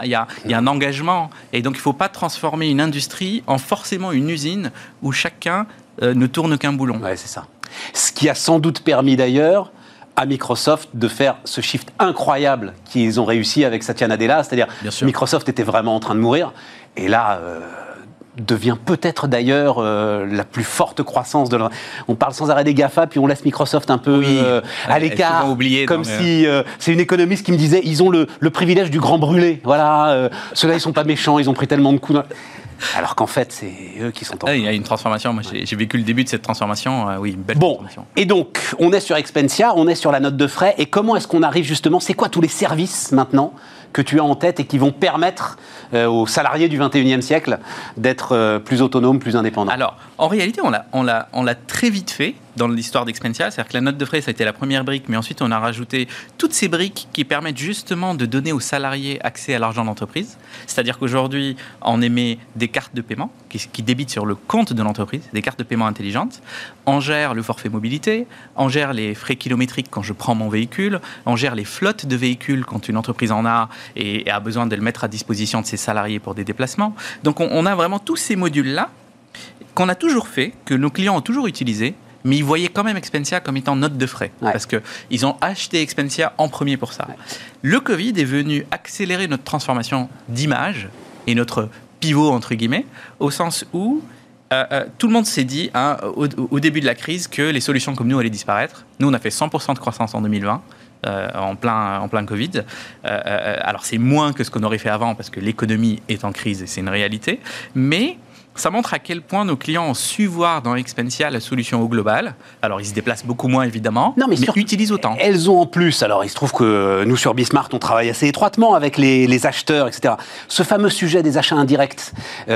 un engagement. Et donc, il ne faut pas transformer une industrie en forcément une usine où chacun ne tourne qu'un boulon. » Ouais, c'est ça. Ce qui a sans doute permis d'ailleurs à Microsoft de faire ce shift incroyable qu'ils ont réussi avec Satya Nadella, c'est-à-dire Microsoft était vraiment en train de mourir, et là devient peut-être d'ailleurs la plus forte croissance de On parle sans arrêt des GAFA, puis on laisse Microsoft un peu à l'écart, comme si c'est une économiste qui me disait ils ont le privilège du grand brûlé. Voilà, ceux-là ils sont pas méchants, ils ont pris tellement de coups. Alors qu'en fait, c'est eux qui sont en... Il y a une transformation. Moi, j'ai vécu le début de cette transformation. Oui, une belle transformation. Et donc, on est sur Expensia, on est sur la note de frais. Et comment est-ce qu'on arrive justement? C'est quoi tous les services maintenant que tu as en tête et qui vont permettre aux salariés du 21e siècle d'être plus autonomes, plus indépendants? Alors, en réalité, on l'a très vite fait dans l'histoire d'Expensia. C'est-à-dire que la note de frais, ça a été la première brique, mais ensuite, on a rajouté toutes ces briques qui permettent justement de donner aux salariés accès à l'argent de l'entreprise. C'est-à-dire qu'aujourd'hui, on émet des cartes de paiement qui débitent sur le compte de l'entreprise, des cartes de paiement intelligentes. On gère le forfait mobilité, on gère les frais kilométriques quand je prends mon véhicule, on gère les flottes de véhicules quand une entreprise en a et a besoin de le mettre à disposition de ses salariés pour des déplacements. Donc, on a vraiment tous ces modules-là qu'on a toujours fait, que nos clients ont toujours utilisés, mais ils voyaient quand même Expensia comme étant note de frais, parce qu'ils ont acheté Expensia en premier pour ça. Ouais. Le Covid est venu accélérer notre transformation d'image et notre pivot, entre guillemets, au sens où tout le monde s'est dit, au début de la crise, que les solutions comme nous allaient disparaître. Nous, on a fait 100% de croissance en 2020. En plein Covid. Alors, c'est moins que ce qu'on aurait fait avant, parce que l'économie est en crise et c'est une réalité, mais ça montre à quel point nos clients ont su voir dans Expensia la solution au global. Alors, ils se déplacent beaucoup moins, évidemment, mais utilisent autant. Elles ont en plus, alors il se trouve que nous, sur Bismart, on travaille assez étroitement avec les acheteurs, etc. Ce fameux sujet des achats indirects,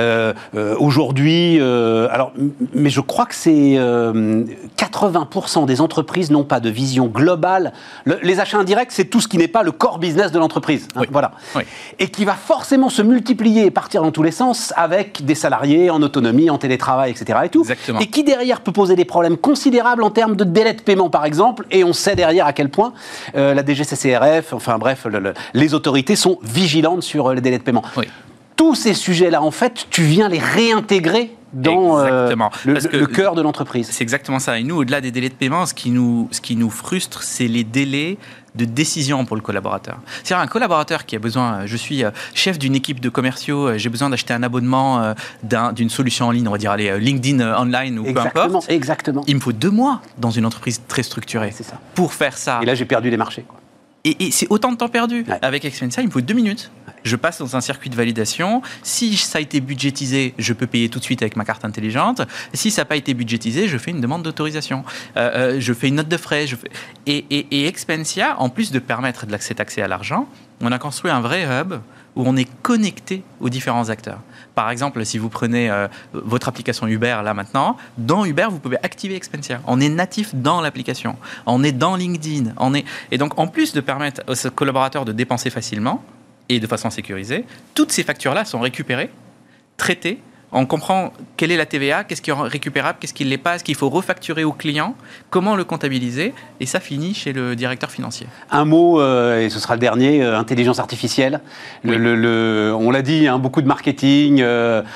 aujourd'hui, mais je crois que c'est 80% des entreprises n'ont pas de vision globale. Les achats indirects, c'est tout ce qui n'est pas le core business de l'entreprise. Hein, voilà. Oui. Et qui va forcément se multiplier et partir dans tous les sens avec des salariés en autonomie, en télétravail, etc. Et tout. Exactement. Et qui derrière peut poser des problèmes considérables en termes de délai de paiement, par exemple. Et on sait derrière à quel point la DGCCRF, enfin bref, les autorités sont vigilantes sur les délais de paiement. Oui. Tous ces sujets-là, en fait, tu viens les réintégrer dans le cœur de l'entreprise. C'est exactement ça. Et nous, au-delà des délais de paiement, ce qui nous frustre, c'est les délais de décision pour le collaborateur. C'est-à-dire un collaborateur qui a besoin, je suis chef d'une équipe de commerciaux, j'ai besoin d'acheter un abonnement d'une solution en ligne, on va dire LinkedIn online ou peu importe. Exactement. Il me faut 2 mois dans une entreprise très structurée pour faire ça. Et là, j'ai perdu les marchés, quoi. Et c'est autant de temps perdu. Ouais. Avec Expensia, il me faut 2 minutes. Ouais. je passe dans un circuit de validation. Si ça a été budgétisé, je peux payer tout de suite avec ma carte intelligente. Si ça n'a pas été budgétisé, je fais une demande d'autorisation. Je fais une note de frais. Et Expensia, en plus de permettre cet accès à l'argent, on a construit un vrai hub où on est connecté aux différents acteurs. Par exemple, si vous prenez votre application Uber là maintenant, dans Uber, vous pouvez activer Expensia. On est natif dans l'application. On est dans LinkedIn. Et donc, en plus de permettre aux collaborateurs de dépenser facilement et de façon sécurisée, toutes ces factures-là sont récupérées, traitées. On comprend quelle est la TVA, qu'est-ce qui est récupérable, qu'est-ce qui ne l'est pas, est-ce qu'il faut refacturer au client, comment le comptabiliser, et ça finit chez le directeur financier. Un mot, et ce sera le dernier, intelligence artificielle. Oui. On l'a dit, beaucoup de marketing.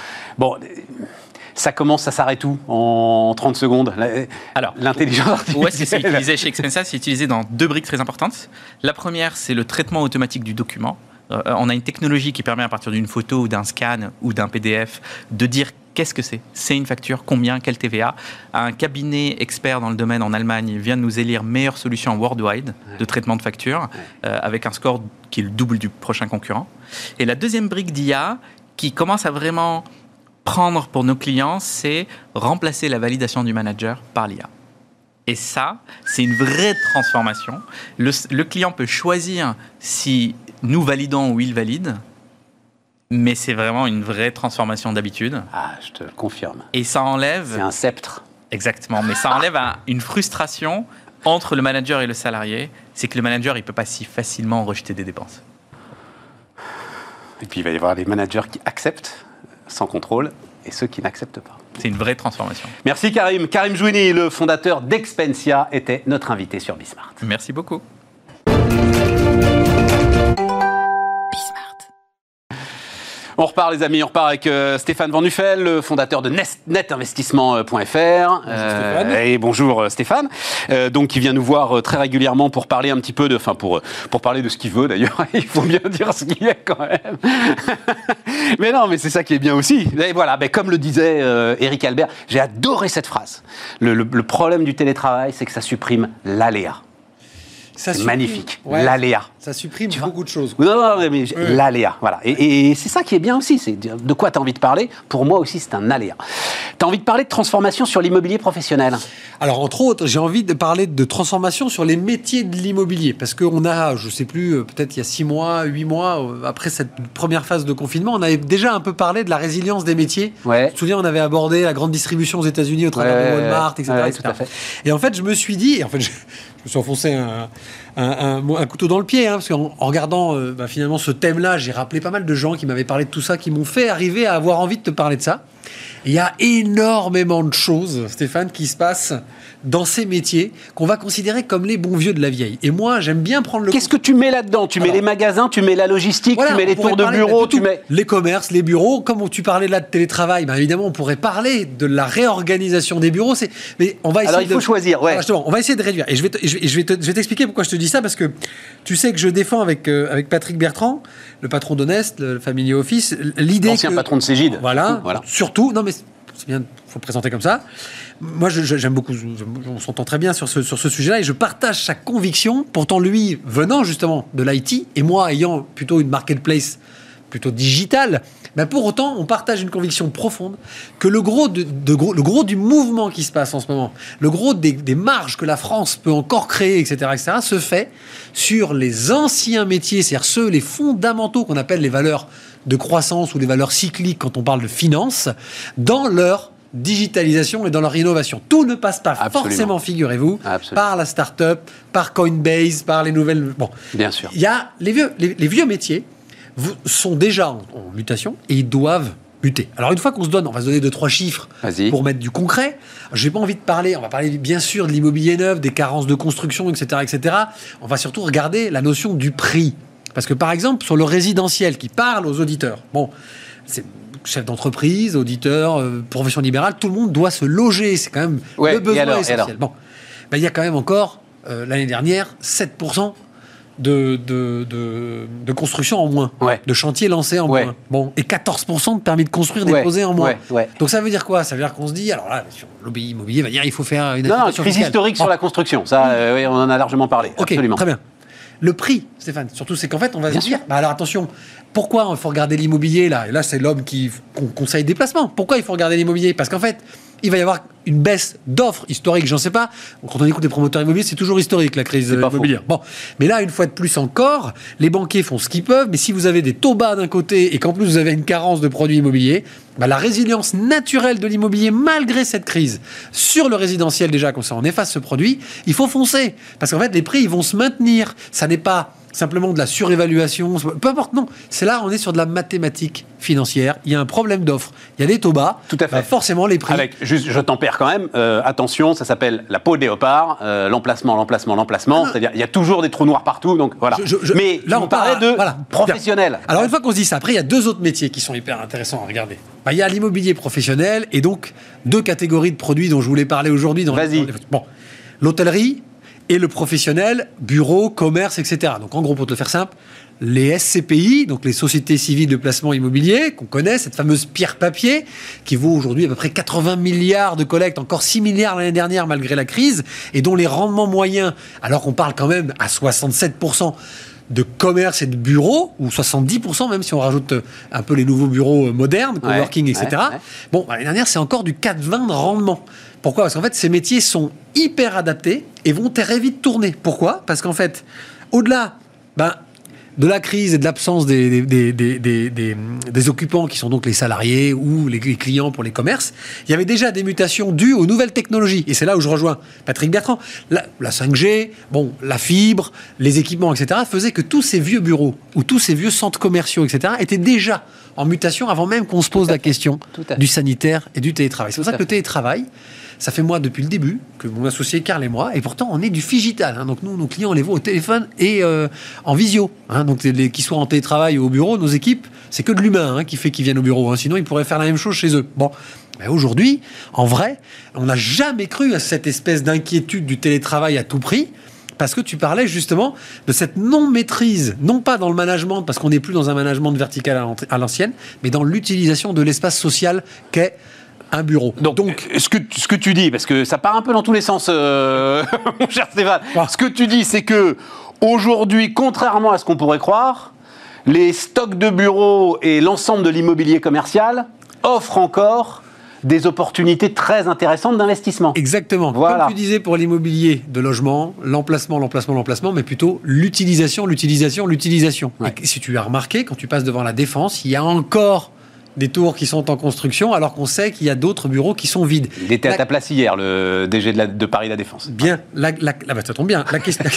Ça commence, ça s'arrête où en 30 secondes? Alors, l'intelligence artificielle. Où est-ce que c'est utilisé chez Expensia? C'est utilisé dans 2 briques très importantes. La première, c'est le traitement automatique du document. On a une technologie qui permet à partir d'une photo ou d'un scan ou d'un PDF de dire qu'est-ce que c'est. C'est une facture, combien, quelle TVA. Un cabinet expert dans le domaine en Allemagne vient de nous élire meilleure solution worldwide de traitement de facture avec un score qui est le double du prochain concurrent. Et la deuxième brique d'IA qui commence à vraiment prendre pour nos clients, c'est remplacer la validation du manager par l'IA. Et ça, c'est une vraie transformation. Le client peut choisir si nous validons ou il valide, mais c'est vraiment une vraie transformation d'habitude. Ah, je te le confirme. Et ça enlève... C'est un sceptre. Exactement, mais ça enlève une frustration entre le manager et le salarié. C'est que le manager, il ne peut pas si facilement rejeter des dépenses. Et puis, il va y avoir les managers qui acceptent sans contrôle et ceux qui n'acceptent pas. C'est une vraie transformation. Merci Karim. Karim Jouini, le fondateur d'Expensia, était notre invité sur Bismart. Merci beaucoup. On repart les amis, on repart avec Stéphane Van Nuffel, le fondateur de netinvestissement.fr. Et bonjour Stéphane, donc qui vient nous voir très régulièrement pour parler un petit peu de, pour parler de ce qu'il veut d'ailleurs. Il faut bien dire ce qu'il est quand même. Mais non, mais c'est ça qui est bien aussi. Et voilà, comme le disait Eric Albert, j'ai adoré cette phrase. Le problème du télétravail, c'est que ça supprime l'aléa. C'est magnifique, l'aléa. Ça supprime beaucoup de choses. Non, mais l'aléa, voilà. Et c'est ça qui est bien aussi, c'est de quoi tu as envie de parler. Pour moi aussi, c'est un aléa. Tu as envie de parler de transformation sur l'immobilier professionnel. Alors, entre autres, j'ai envie de parler de transformation sur les métiers de l'immobilier. Parce qu'on a, je ne sais plus, peut-être il y a 6 mois, 8 mois, après cette première phase de confinement, on avait déjà un peu parlé de la résilience des métiers. Ouais. Je me souviens, on avait abordé la grande distribution aux États-Unis au travers de Walmart, etc. Tout à fait. Et en fait, je me suis dit, je me suis enfoncé un couteau dans le pied, parce qu'en regardant finalement ce thème-là, j'ai rappelé pas mal de gens qui m'avaient parlé de tout ça, qui m'ont fait arriver à avoir envie de te parler de ça. Il y a énormément de choses, Stéphane, qui se passent dans ces métiers qu'on va considérer comme les bons vieux de la vieille. Et moi, j'aime bien prendre le... Qu'est-ce que tu mets là-dedans? Tu mets les magasins, tu mets la logistique, tu mets les tours de bureau, tu mets... Les commerces, les bureaux. Comme tu parlais là de télétravail, évidemment, on pourrait parler de la réorganisation des bureaux. Mais on va essayer il faut choisir, ouais. Justement, on va essayer de réduire. Et je vais t'expliquer pourquoi je te dis ça, parce que tu sais que je défends avec Patrick Bertrand, le patron d'Honest, le Family Office, l'idée l'ancien patron de Cégide. Voilà. Surtout, non mais c'est bien, il faut le présenter comme ça. Moi, j'aime beaucoup, on s'entend très bien sur ce sujet-là et je partage sa conviction, pourtant lui, venant justement de l'IT, et moi ayant plutôt une marketplace plutôt digitale, pour autant, on partage une conviction profonde que le gros du mouvement qui se passe en ce moment, le gros des marges que la France peut encore créer, etc., se fait sur les anciens métiers, c'est-à-dire les fondamentaux qu'on appelle les valeurs de croissance ou les valeurs cycliques quand on parle de finance, dans leur digitalisation et dans leur innovation. Tout ne passe pas forcément, figurez-vous, par la start-up, par Coinbase, par les nouvelles... Bon, bien sûr. Il y a les vieux métiers sont déjà en mutation et ils doivent muter. Alors une fois qu'on on va se donner 2-3 chiffres pour mettre du concret. J'ai pas envie de parler, on va parler bien sûr de l'immobilier neuf, des carences de construction, etc., etc. On va surtout regarder la notion du prix. Parce que par exemple, sur le résidentiel qui parle aux auditeurs, c'est chef d'entreprise, auditeur, profession libérale, tout le monde doit se loger. C'est quand même le besoin essentiel. Il y a quand même encore, l'année dernière, 7% de construction en moins, de chantiers lancés en moins. Et 14% de permis de construire déposés en moins. Donc ça veut dire quoi? Ça veut dire qu'on se dit, alors là, sur lobby immobilier va dire il faut faire une crise historique sur la construction. Ça, on en a largement parlé. Ok, absolument. Très bien. le prix, Stéphane. Surtout, c'est qu'en fait, on va Bien se dire, sûr. alors attention, pourquoi il faut regarder l'immobilier là ? Et là, c'est l'homme qui conseille des placements. Pourquoi il faut regarder l'immobilier ? Parce qu'en fait, il va y avoir une baisse d'offres historique, j'en sais pas. Quand on écoute les promoteurs immobiliers, c'est toujours historique, la crise immobilière. Bon, mais là, une fois de plus encore, les banquiers font ce qu'ils peuvent, mais si vous avez des taux bas d'un côté et qu'en plus vous avez une carence de produits immobiliers, la résilience naturelle de l'immobilier, malgré cette crise, sur le résidentiel déjà, quand on efface ce produit, il faut foncer. Parce qu'en fait, les prix, ils vont se maintenir. Ça n'est pas simplement de la surévaluation, peu importe, non. C'est là, on est sur de la mathématique financière. Il y a un problème d'offre. Il y a des taux bas. Tout à fait. Forcément, les prix... Avec, juste, je tempère quand même, attention, ça s'appelle la peau de léopard, l'emplacement. C'est-à-dire, il y a toujours des trous noirs partout, donc voilà. Mais là, on parlait de professionnel. Alors, une fois qu'on se dit ça, après, il y a deux autres métiers qui sont hyper intéressants à regarder. Il y a l'immobilier professionnel et donc deux catégories de produits dont je voulais parler aujourd'hui. Vas-y. Bon, l'hôtellerie et le professionnel, bureau, commerce, etc. Donc, en gros, pour te le faire simple, les SCPI, donc les sociétés civiles de placement immobilier, qu'on connaît, cette fameuse pierre-papier, qui vaut aujourd'hui à peu près 80 milliards de collecte, encore 6 milliards l'année dernière malgré la crise, et dont les rendements moyens, alors qu'on parle quand même à 67% de commerce et de bureaux, ou 70% même si on rajoute un peu les nouveaux bureaux modernes, coworking, etc. Bon, l'année dernière, c'est encore du 4,20 de rendement. Pourquoi ? Parce qu'en fait, ces métiers sont hyper adaptés et vont très vite tourner. Pourquoi ? Parce qu'en fait, au-delà de la crise et de l'absence des occupants qui sont donc les salariés ou les clients pour les commerces, il y avait déjà des mutations dues aux nouvelles technologies. Et c'est là où je rejoins Patrick Bertrand. La 5G, la fibre, les équipements, etc. faisaient que tous ces vieux bureaux ou tous ces vieux centres commerciaux, etc. étaient déjà en mutation avant même qu'on se pose la question du sanitaire et du télétravail. C'est pour ça que le télétravail, ça fait moi depuis le début, que mon associé Karl et moi, et pourtant on est du phygital. Donc nous, nos clients, on les voit au téléphone et en visio. Donc qu'ils soient en télétravail ou au bureau, nos équipes, c'est que de l'humain qui fait qu'ils viennent au bureau. Sinon, ils pourraient faire la même chose chez eux. Bon, mais aujourd'hui, en vrai, on n'a jamais cru à cette espèce d'inquiétude du télétravail à tout prix. Parce que tu parlais justement de cette non-maîtrise, non pas dans le management, parce qu'on n'est plus dans un management vertical à l'ancienne, mais dans l'utilisation de l'espace social qu'est un bureau. Donc ce que tu dis, parce que ça part un peu dans tous les sens, mon cher Stéphane, ce que tu dis, c'est que aujourd'hui, contrairement à ce qu'on pourrait croire, les stocks de bureaux et l'ensemble de l'immobilier commercial offrent encore des opportunités très intéressantes d'investissement. Exactement. Voilà. Comme tu disais pour l'immobilier de logement, l'emplacement, mais plutôt l'utilisation. Ouais. Et si tu as remarqué, quand tu passes devant la Défense, il y a encore des tours qui sont en construction, alors qu'on sait qu'il y a d'autres bureaux qui sont vides. Il était à ta place hier, le DG de Paris La Défense. Bien, ça tombe bien.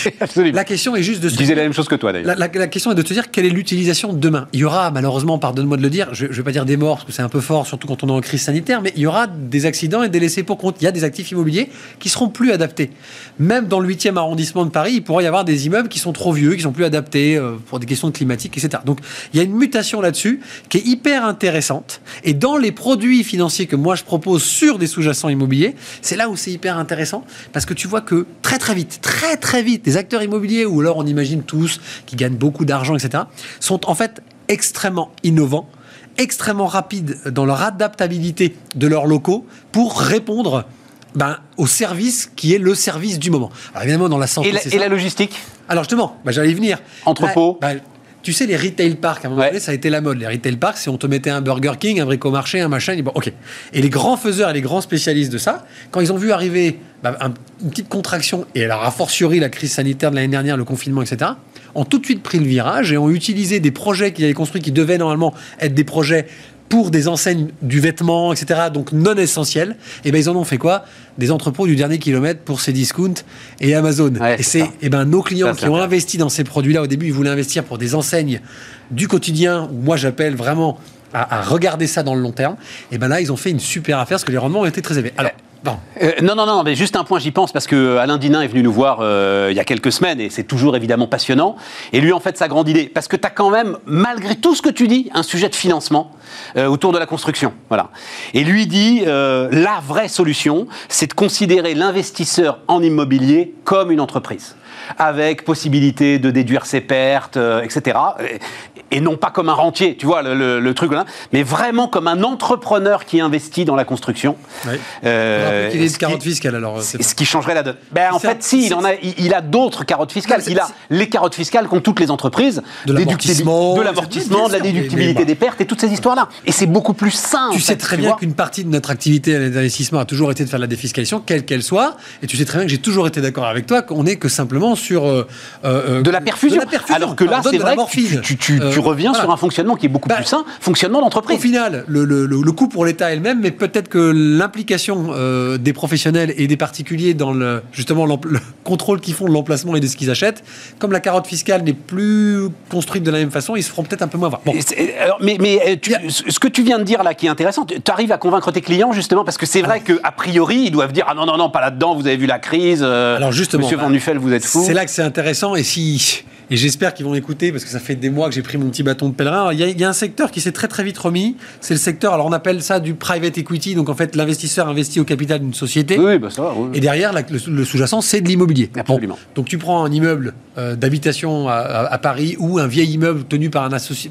La question est juste de se... Je disais la même chose que toi, d'ailleurs. La question est de te dire quelle est l'utilisation demain. Il y aura, malheureusement, pardonne-moi de le dire, je ne vais pas dire des morts, parce que c'est un peu fort, surtout quand on est en crise sanitaire, mais il y aura des accidents et des laissés pour compte. Il y a des actifs immobiliers qui seront plus adaptés. Même dans le 8e arrondissement de Paris, il pourrait y avoir des immeubles qui sont trop vieux, qui sont plus adaptés pour des questions climatiques, etc. Donc, il y a une mutation là-dessus qui est hyper intéressante. Et dans les produits financiers que moi je propose sur des sous-jacents immobiliers, c'est là où c'est hyper intéressant, parce que tu vois que très vite, des acteurs immobiliers, ou alors on imagine tous, qui gagnent beaucoup d'argent, etc., sont en fait extrêmement innovants, extrêmement rapides dans leur adaptabilité de leurs locaux pour répondre au service qui est le service du moment. Alors évidemment, dans la santé, et la logistique. Alors justement, j'allais y venir. Entrepôt. Tu sais, les retail parks, à un moment donné, ça a été la mode. Les retail parks, si on te mettait un Burger King, un Bricomarché, un machin, ok. Et les grands faiseurs et les grands spécialistes de ça, quand ils ont vu arriver une petite contraction, et alors a fortiori la crise sanitaire de l'année dernière, le confinement, etc., ont tout de suite pris le virage et ont utilisé des projets qu'ils avaient construits, qui devaient normalement être des projets pour des enseignes du vêtement, etc., donc non essentiels, et ils en ont fait quoi ? Des entrepôts du dernier kilomètre pour Cdiscount et Amazon. Ouais, et c'est nos clients qui ont investi dans ces produits-là, au début, ils voulaient investir pour des enseignes du quotidien, où moi j'appelle vraiment à regarder ça dans le long terme, et là, ils ont fait une super affaire, parce que les rendements ont été très élevés. Alors, non, mais juste un point, j'y pense, parce que Alain Dinin est venu nous voir il y a quelques semaines, et c'est toujours évidemment passionnant. Et lui, en fait, sa grande idée, parce que tu as quand même, malgré tout ce que tu dis, un sujet de financement autour de la construction. Voilà. Et lui dit, la vraie solution, c'est de considérer l'investisseur en immobilier comme une entreprise, avec possibilité de déduire ses pertes, etc. et non pas comme un rentier, tu vois, le truc là, mais vraiment comme un entrepreneur qui investit dans la construction. Oui. Il est de carotte fiscale, alors. Ce qui changerait la donne. En fait, il a d'autres carottes fiscales. Il a les carottes fiscales qu'ont toutes les entreprises, de l'amortissement, de la déductibilité des pertes et toutes ces histoires-là. Et c'est beaucoup plus simple. Tu sais très bien qu'une partie de notre activité d'investissement a toujours été de faire de la défiscalisation, quelle qu'elle soit. Et tu sais très bien que j'ai toujours été d'accord avec toi qu'on n'est que simplement sur de la perfusion. Alors que là, c'est vrai que tu reviens sur un fonctionnement qui est beaucoup plus sain, fonctionnement d'entreprise. Au final, le coût pour l'État elle-même, mais peut-être que l'implication des professionnels et des particuliers dans justement le contrôle qu'ils font de l'emplacement et de ce qu'ils achètent, comme la carotte fiscale n'est plus construite de la même façon, ils se feront peut-être un peu moins voir. Bon. Ce que tu viens de dire là qui est intéressant, tu arrives à convaincre tes clients justement parce que c'est vrai qu'a priori ils doivent dire ah non pas là-dedans, vous avez vu la crise, alors justement, Monsieur Van Nuffel, vous êtes fou. C'est là que c'est intéressant et j'espère qu'ils vont écouter parce que ça fait des mois que j'ai pris mon petit bâton de pèlerin. Il y a un secteur qui s'est très très vite remis, c'est le secteur, alors on appelle ça du private equity, donc en fait l'investisseur investit au capital d'une société. Oui, ça va. Oui. Et derrière le sous-jacent c'est de l'immobilier. Absolument. Bon, donc tu prends un immeuble d'habitation à Paris ou un vieil immeuble tenu par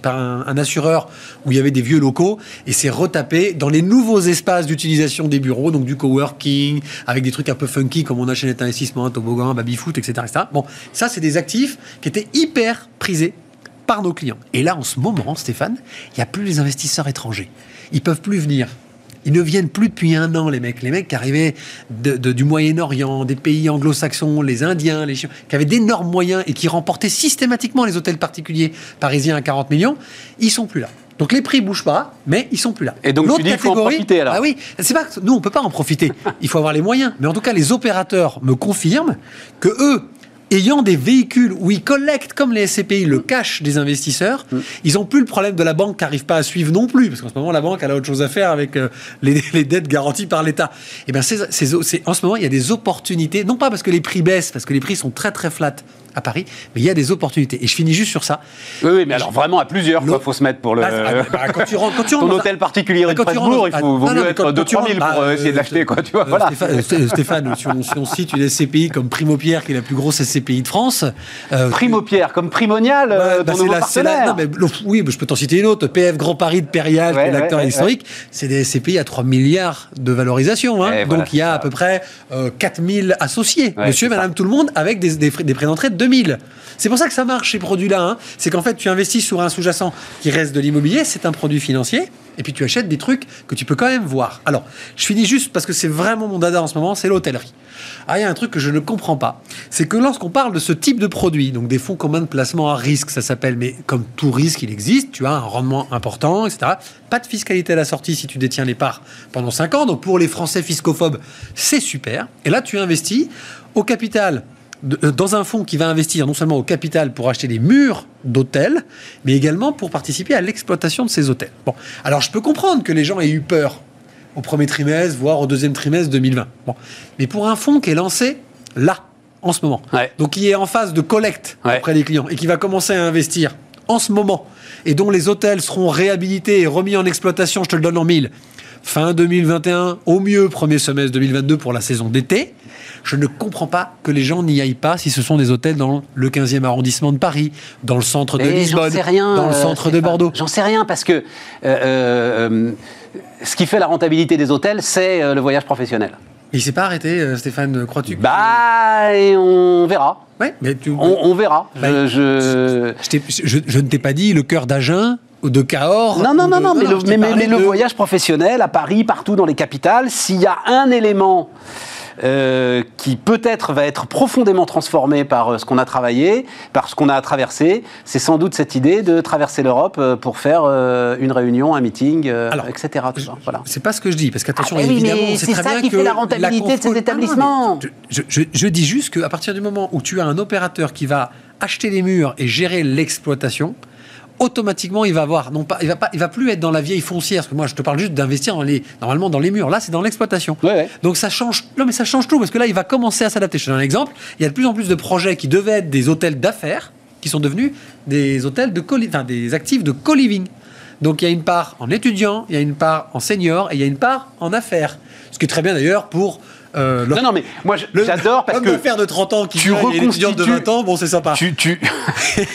un assureur où il y avait des vieux locaux et c'est retapé dans les nouveaux espaces d'utilisation des bureaux, donc du coworking avec des trucs un peu funky comme on a chez Net Investissement, un toboggan, baby-foot, etc. Bon, ça c'est des actifs qui étaient hyper prisés par nos clients. Et là, en ce moment, Stéphane, il n'y a plus les investisseurs étrangers. Ils peuvent plus venir. Ils ne viennent plus depuis 1 an, les mecs. Les mecs qui arrivaient du Moyen-Orient, des pays anglo-saxons, les Indiens, les Chinois, qui avaient d'énormes moyens et qui remportaient systématiquement les hôtels particuliers parisiens à 40 millions, ils sont plus là. Donc les prix bougent pas, mais ils sont plus là. Et donc tu dis qu'il faut en profiter alors. Ah oui, c'est pas que nous on peut pas en profiter. Il faut avoir les moyens. Mais en tout cas, les opérateurs me confirment que eux, ayant des véhicules où ils collectent, comme les SCPI, le cash des investisseurs, ils n'ont plus le problème de la banque qui n'arrive pas à suivre non plus, parce qu'en ce moment, la banque elle a autre chose à faire avec les dettes garanties par l'État. Et bien, en ce moment, il y a des opportunités, non pas parce que les prix baissent, parce que les prix sont très très flats à Paris, mais il y a des opportunités. Et je finis juste sur ça. Oui, mais alors vraiment à plusieurs, il faut se mettre pour le... quand tu rentres ton hôtel particulier de Strasbourg, il vaut mieux être 2-3 000 pour essayer de l'acheter, quoi, tu vois, voilà. Stéphane, si on cite une SCPI comme Primopierre, qui est la plus grosse SCPI de France... Primopierre, comme Primonial, ton nouveau partenaire. Oui, je peux t'en citer une autre. PF Grand Paris de Périal, qui est l'acteur historique. C'est des SCPI à 3 milliards de valorisation. Donc il y a à peu près 4 000 associés, monsieur, madame, tout le monde, avec des frais d'entrée de 2000. C'est pour ça que ça marche, ces produits-là. C'est qu'en fait, tu investis sur un sous-jacent qui reste de l'immobilier, c'est un produit financier, et puis tu achètes des trucs que tu peux quand même voir. Alors, je finis juste parce que c'est vraiment mon dada en ce moment, c'est l'hôtellerie. Ah, il y a un truc que je ne comprends pas, c'est que lorsqu'on parle de ce type de produit, donc des fonds communs de placement à risque, ça s'appelle, mais comme tout risque, il existe, tu as un rendement important, etc. Pas de fiscalité à la sortie si tu détiens les parts pendant 5 ans, donc pour les Français fiscophobes, c'est super. Et là, tu investis au capital dans un fonds qui va investir non seulement au capital pour acheter des murs d'hôtels, mais également pour participer à l'exploitation de ces hôtels. Bon, alors je peux comprendre que les gens aient eu peur au premier trimestre, voire au deuxième trimestre 2020. Bon, mais pour un fonds qui est lancé là, en ce moment, donc qui est en phase de collecte auprès des clients et qui va commencer à investir en ce moment, et dont les hôtels seront réhabilités et remis en exploitation, je te le donne en 1000, fin 2021, au mieux premier semestre 2022 pour la saison d'été. Je ne comprends pas que les gens n'y aillent pas si ce sont des hôtels dans le 15e arrondissement de Paris, dans le centre de Lisbonne, dans le centre de Bordeaux. J'en sais rien parce que ce qui fait la rentabilité des hôtels, c'est le voyage professionnel. Il ne s'est pas arrêté, Stéphane, crois-tu et on verra. Ouais, mais on verra. Je ne t'ai pas dit le cœur d'Agen ou de Cahors. Non, mais le voyage professionnel à Paris, partout dans les capitales, s'il y a un élément qui peut-être va être profondément transformé par ce qu'on a travaillé, par ce qu'on a traversé, c'est sans doute cette idée de traverser l'Europe pour faire une réunion, un meeting, etc. Voilà. C'est pas ce que je dis, parce qu'attention, évidemment, c'est ça qui fait la rentabilité de ces établissements. Je dis juste qu'à partir du moment où tu as un opérateur qui va acheter les murs et gérer l'exploitation, automatiquement, il va plus être dans la vieille foncière. Parce que moi, je te parle juste d'investir normalement dans les murs. Là, c'est dans l'exploitation. Ouais. Donc, ça change tout. Parce que là, il va commencer à s'adapter. Je te donne un exemple. Il y a de plus en plus de projets qui devaient être des hôtels d'affaires qui sont devenus des hôtels des actifs de co-living. Donc, il y a une part en étudiants, il y a une part en seniors et il y a une part en affaires. Ce qui est très bien d'ailleurs pour... non, mais moi j'adore parce que l'homme d'affaires de 30 ans qui est une étudiante de 20 ans, bon, c'est sympa.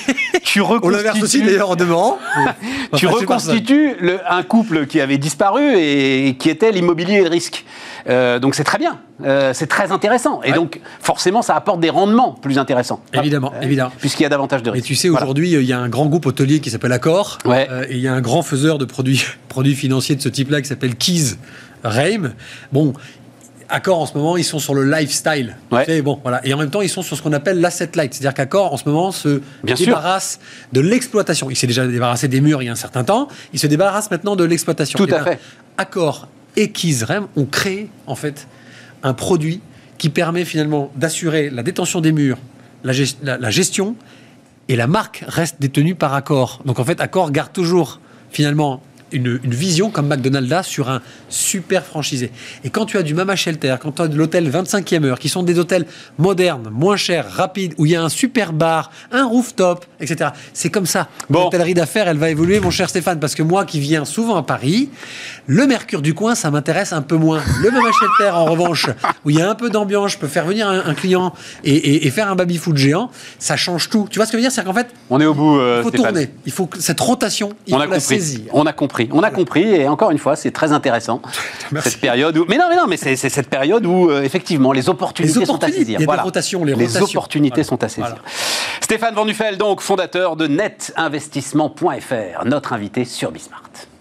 tu On l'inverse aussi d'ailleurs en demeurant. Tu reconstitues un couple qui avait disparu et qui était l'immobilier et le risque. Donc c'est très bien, c'est très intéressant. Et donc forcément ça apporte des rendements plus intéressants. Évidemment, évidemment. Puisqu'il y a davantage de risques. Et tu sais, aujourd'hui, il y a un grand groupe hôtelier qui s'appelle Accor. Ouais. Et il y a un grand faiseur de produits financiers de ce type-là qui s'appelle Keys Reim. Bon, Accor en ce moment, ils sont sur le lifestyle. Ouais. Tu sais, bon, voilà. Et en même temps, ils sont sur ce qu'on appelle l'asset light. C'est-à-dire qu'Accor, en ce moment, se Bien débarrasse de l'exploitation. Il s'est déjà débarrassé des murs il y a un certain temps. Il se débarrasse maintenant de l'exploitation. Tout à fait. Accor et Keys Reim ont créé, en fait, un produit qui permet finalement d'assurer la détention des murs, la gestion, et la marque reste détenue par Accor. Donc en fait, Accor garde toujours finalement une vision comme McDonald's a sur un super franchisé. Et quand tu as du Mama Shelter, quand tu as de l'hôtel 25e heure, qui sont des hôtels modernes, moins chers, rapides, où il y a un super bar, un rooftop, etc. C'est comme ça. Bon. L'hôtellerie d'affaires, elle va évoluer, mon cher Stéphane, parce que moi qui viens souvent à Paris, le Mercure du coin, ça m'intéresse un peu moins. Le Mama Shelter, en revanche, où il y a un peu d'ambiance, je peux faire venir un client et faire un baby-foot géant, ça change tout. Tu vois ce que je veux dire? C'est qu'en fait, On est au bout, il faut Stéphane. tourner. Il faut que cette rotation, il On faut a la compris. saisir. On a compris, et encore une fois, c'est très intéressant. Merci. Cette période où, mais c'est cette période où effectivement les opportunités sont à saisir. Il y a des rotations, les rotations. opportunités Voilà. sont à saisir. Voilà. Stéphane Van Nuffel, donc fondateur de netinvestissement.fr, notre invité sur Bismart.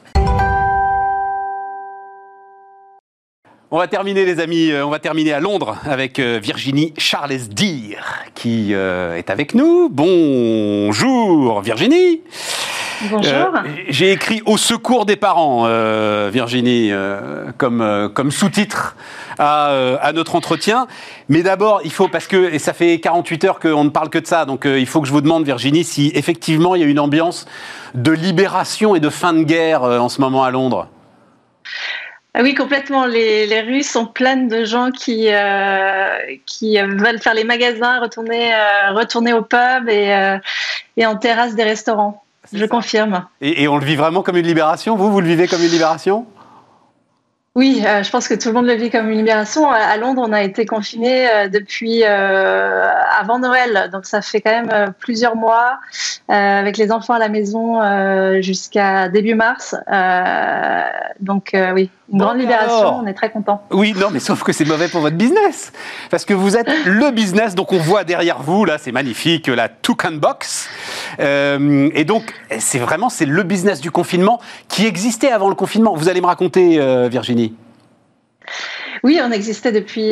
On va terminer, les amis, on va terminer à Londres avec Virginie Charles-Deer qui est avec nous. Bonjour Virginie. Bonjour. J'ai écrit au secours des parents, Virginie, comme sous-titre à notre entretien. Mais d'abord, il faut, parce que et ça fait 48 heures qu'on ne parle que de ça, donc il faut que je vous demande, Virginie, si effectivement il y a une ambiance de libération et de fin de guerre en ce moment à Londres. Ah oui, complètement. Les rues sont pleines de gens qui veulent faire les magasins, retourner au pub et en terrasse des restaurants. Je confirme. Et on le vit vraiment comme une libération? Vous le vivez comme une libération? Oui, je pense que tout le monde le vit comme une libération. À Londres, on a été confinés depuis avant Noël, donc ça fait quand même plusieurs mois, avec les enfants à la maison jusqu'à début mars. Donc oui, une grande libération, alors, on est très contents. Oui, non, mais sauf que c'est mauvais pour votre business. Parce que vous êtes le business, donc on voit derrière vous, là, c'est magnifique, la Toucan Box. Et donc, c'est le business du confinement qui existait avant le confinement. Vous allez me raconter, Virginie. Oui, on existait depuis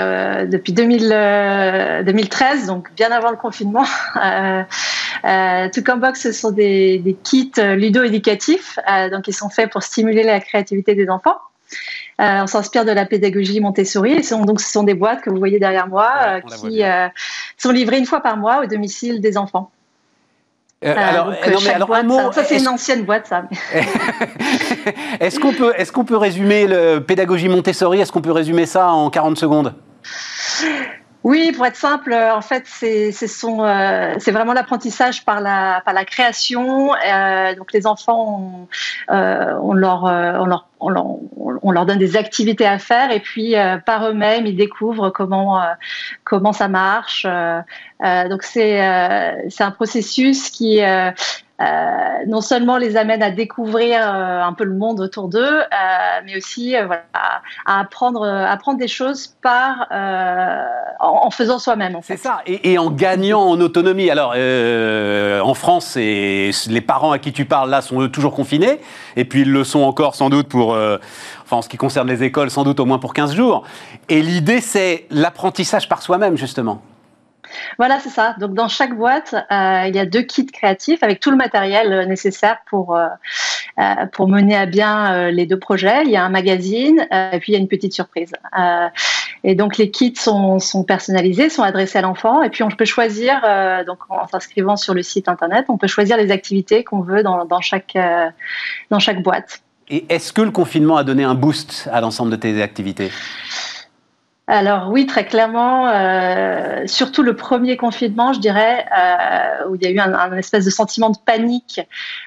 2013, donc bien avant le confinement. Toucan Box, ce sont des kits ludo-éducatifs, donc ils sont faits pour stimuler la créativité des enfants. On s'inspire de la pédagogie Montessori, et ce sont des boîtes que vous voyez derrière moi qui sont livrées une fois par mois au domicile des enfants. Alors, boîte, un mot. Ça c'est une ancienne boîte, ça. Est-ce qu'on peut résumer le pédagogie Montessori? Est-ce qu'on peut résumer ça en 40 secondes? Oui, pour être simple, en fait, c'est vraiment l'apprentissage par la création. Donc les enfants, on leur donne des activités à faire, et puis par eux-mêmes, ils découvrent comment ça marche. Donc c'est un processus qui non seulement les amène à découvrir un peu le monde autour d'eux, mais aussi à apprendre des choses en faisant soi-même. En fait. C'est ça, et en gagnant en autonomie. Alors, en France, les parents à qui tu parles là sont eux toujours confinés, et puis ils le sont encore sans doute en ce qui concerne les écoles, sans doute au moins pour 15 jours. Et l'idée, c'est l'apprentissage par soi-même, justement. Voilà, c'est ça. Donc, dans chaque boîte, il y a 2 kits créatifs avec tout le matériel nécessaire pour mener à bien les 2 projets. Il y a un magazine et puis il y a une petite surprise. Et donc, les kits sont personnalisés, sont adressés à l'enfant. Et puis, on peut choisir, donc en s'inscrivant sur le site internet, on peut choisir les activités qu'on veut dans chaque boîte. Et est-ce que le confinement a donné un boost à l'ensemble de tes activités ? Alors oui, très clairement, surtout le premier confinement, je dirais, où il y a eu un espèce de sentiment de panique.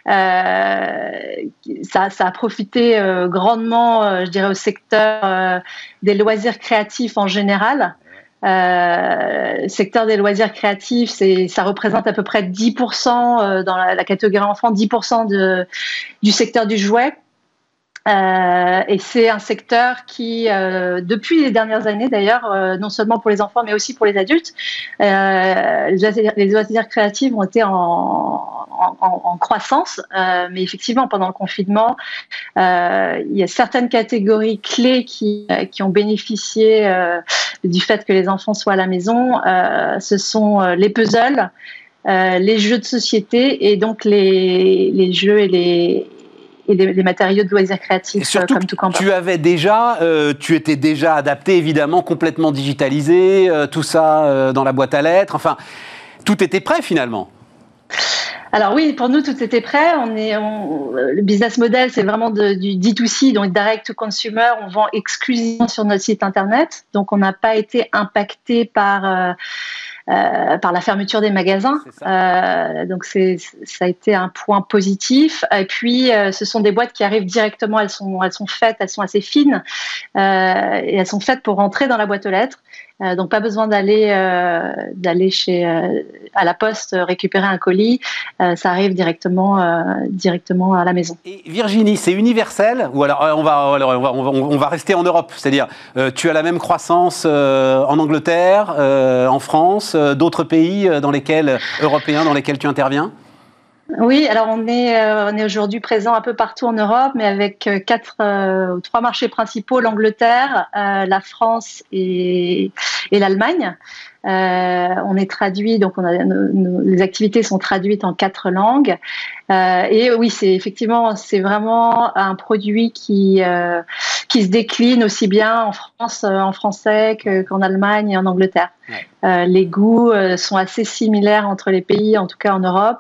Ça a profité grandement, je dirais, au secteur des loisirs créatifs en général. Le secteur des loisirs créatifs, ça représente à peu près 10% dans la catégorie enfants, 10% du secteur du jouet. Et c'est un secteur qui, depuis les dernières années d'ailleurs, non seulement pour les enfants mais aussi pour les adultes, les loisirs créatifs ont été en croissance. Mais effectivement, pendant le confinement, il y a certaines catégories clés qui ont bénéficié du fait que les enfants soient à la maison. Ce sont les puzzles, les jeux de société et donc les jeux et les matériaux de loisirs créatifs. Et surtout, comme Toucan-Box. Tu étais déjà adapté, évidemment, complètement digitalisé, tout ça dans la boîte à lettres. Enfin, tout était prêt finalement. Alors oui, pour nous, tout était prêt. Le business model, c'est vraiment du D2C, donc direct to consumer. On vend exclusivement sur notre site internet. Donc, on n'a pas été impacté par la fermeture des magasins. Donc, ça a été un point positif. Et puis, ce sont des boîtes qui arrivent directement. Elles sont faites, elles sont assez fines. Et elles sont faites pour rentrer dans la boîte aux lettres. Donc pas besoin d'aller à la poste récupérer un colis, ça arrive directement à la maison. Et Virginie, c'est universel ou alors on va rester en Europe, c'est-à-dire tu as la même croissance en Angleterre, en France, d'autres pays européens dans lesquels tu interviens? Oui, alors on est aujourd'hui présent un peu partout en Europe, mais avec 3 marchés principaux, l'Angleterre, la France et l'Allemagne. On est traduit, donc les activités sont traduites en 4 langues. Et oui, c'est vraiment un produit qui se décline aussi bien en France, en français qu'en Allemagne et en Angleterre. Ouais. Les goûts sont assez similaires entre les pays, en tout cas en Europe.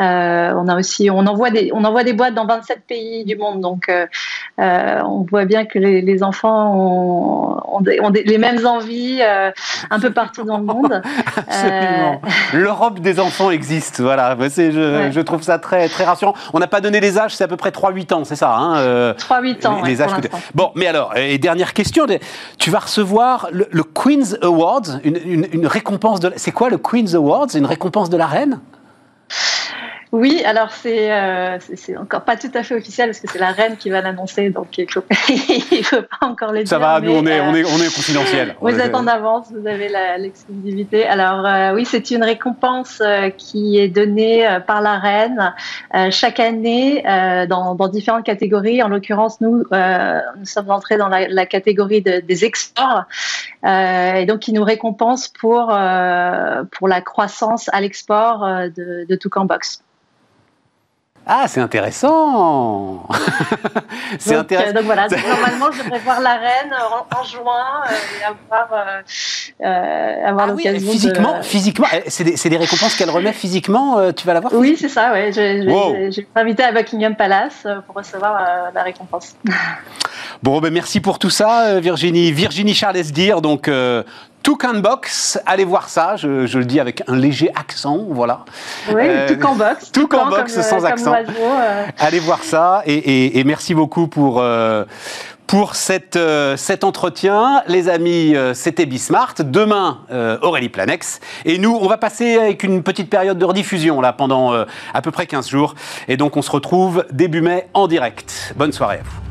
On envoie des boîtes dans 27 pays du monde, donc on voit bien que les enfants ont les mêmes envies un peu partout dans le monde. Absolument. L'Europe des enfants existe, voilà. Je trouve ça très, très rassurant. On n'a pas donné les âges, c'est à peu près 3-8 ans, c'est ça 3-8 ans, les âges. Bon, mais alors, et dernière question, tu vas recevoir le Queen's Awards, une récompense de... C'est quoi le Queen's Awards? Une récompense de la reine? Oui, alors c'est encore pas tout à fait officiel parce que c'est la reine qui va l'annoncer, donc il faut pas encore le dire. Ça va, nous on est confidentiel. Vous êtes en avance, vous avez l'exclusivité. Alors oui, c'est une récompense qui est donnée par la reine chaque année dans différentes catégories. En l'occurrence, nous sommes entrés dans la catégorie des exports et donc qui nous récompense pour la croissance à l'export de Toucan-Box. Ah, c'est intéressant. C'est intéressant. Donc voilà, normalement, je devrais voir la reine en juin et avoir l'occasion. Physiquement, c'est des récompenses qu'elle remet physiquement. Tu vas la voir? Oui, c'est ça. Ouais. J'ai été invitée à Buckingham Palace pour recevoir la récompense. Bon, ben merci pour tout ça, Virginie. Virginie Charles-Esdir, donc Toucan-Box, allez voir ça, je le dis avec un léger accent, voilà. Oui, Toucan-Box. Toucan-Box sans accent. Allez voir ça et merci beaucoup pour cet entretien. Les amis, c'était Bismart. Demain, Aurélie Planex. Et nous, on va passer avec une petite période de rediffusion là pendant à peu près 15 jours. Et donc, on se retrouve début mai en direct. Bonne soirée à vous.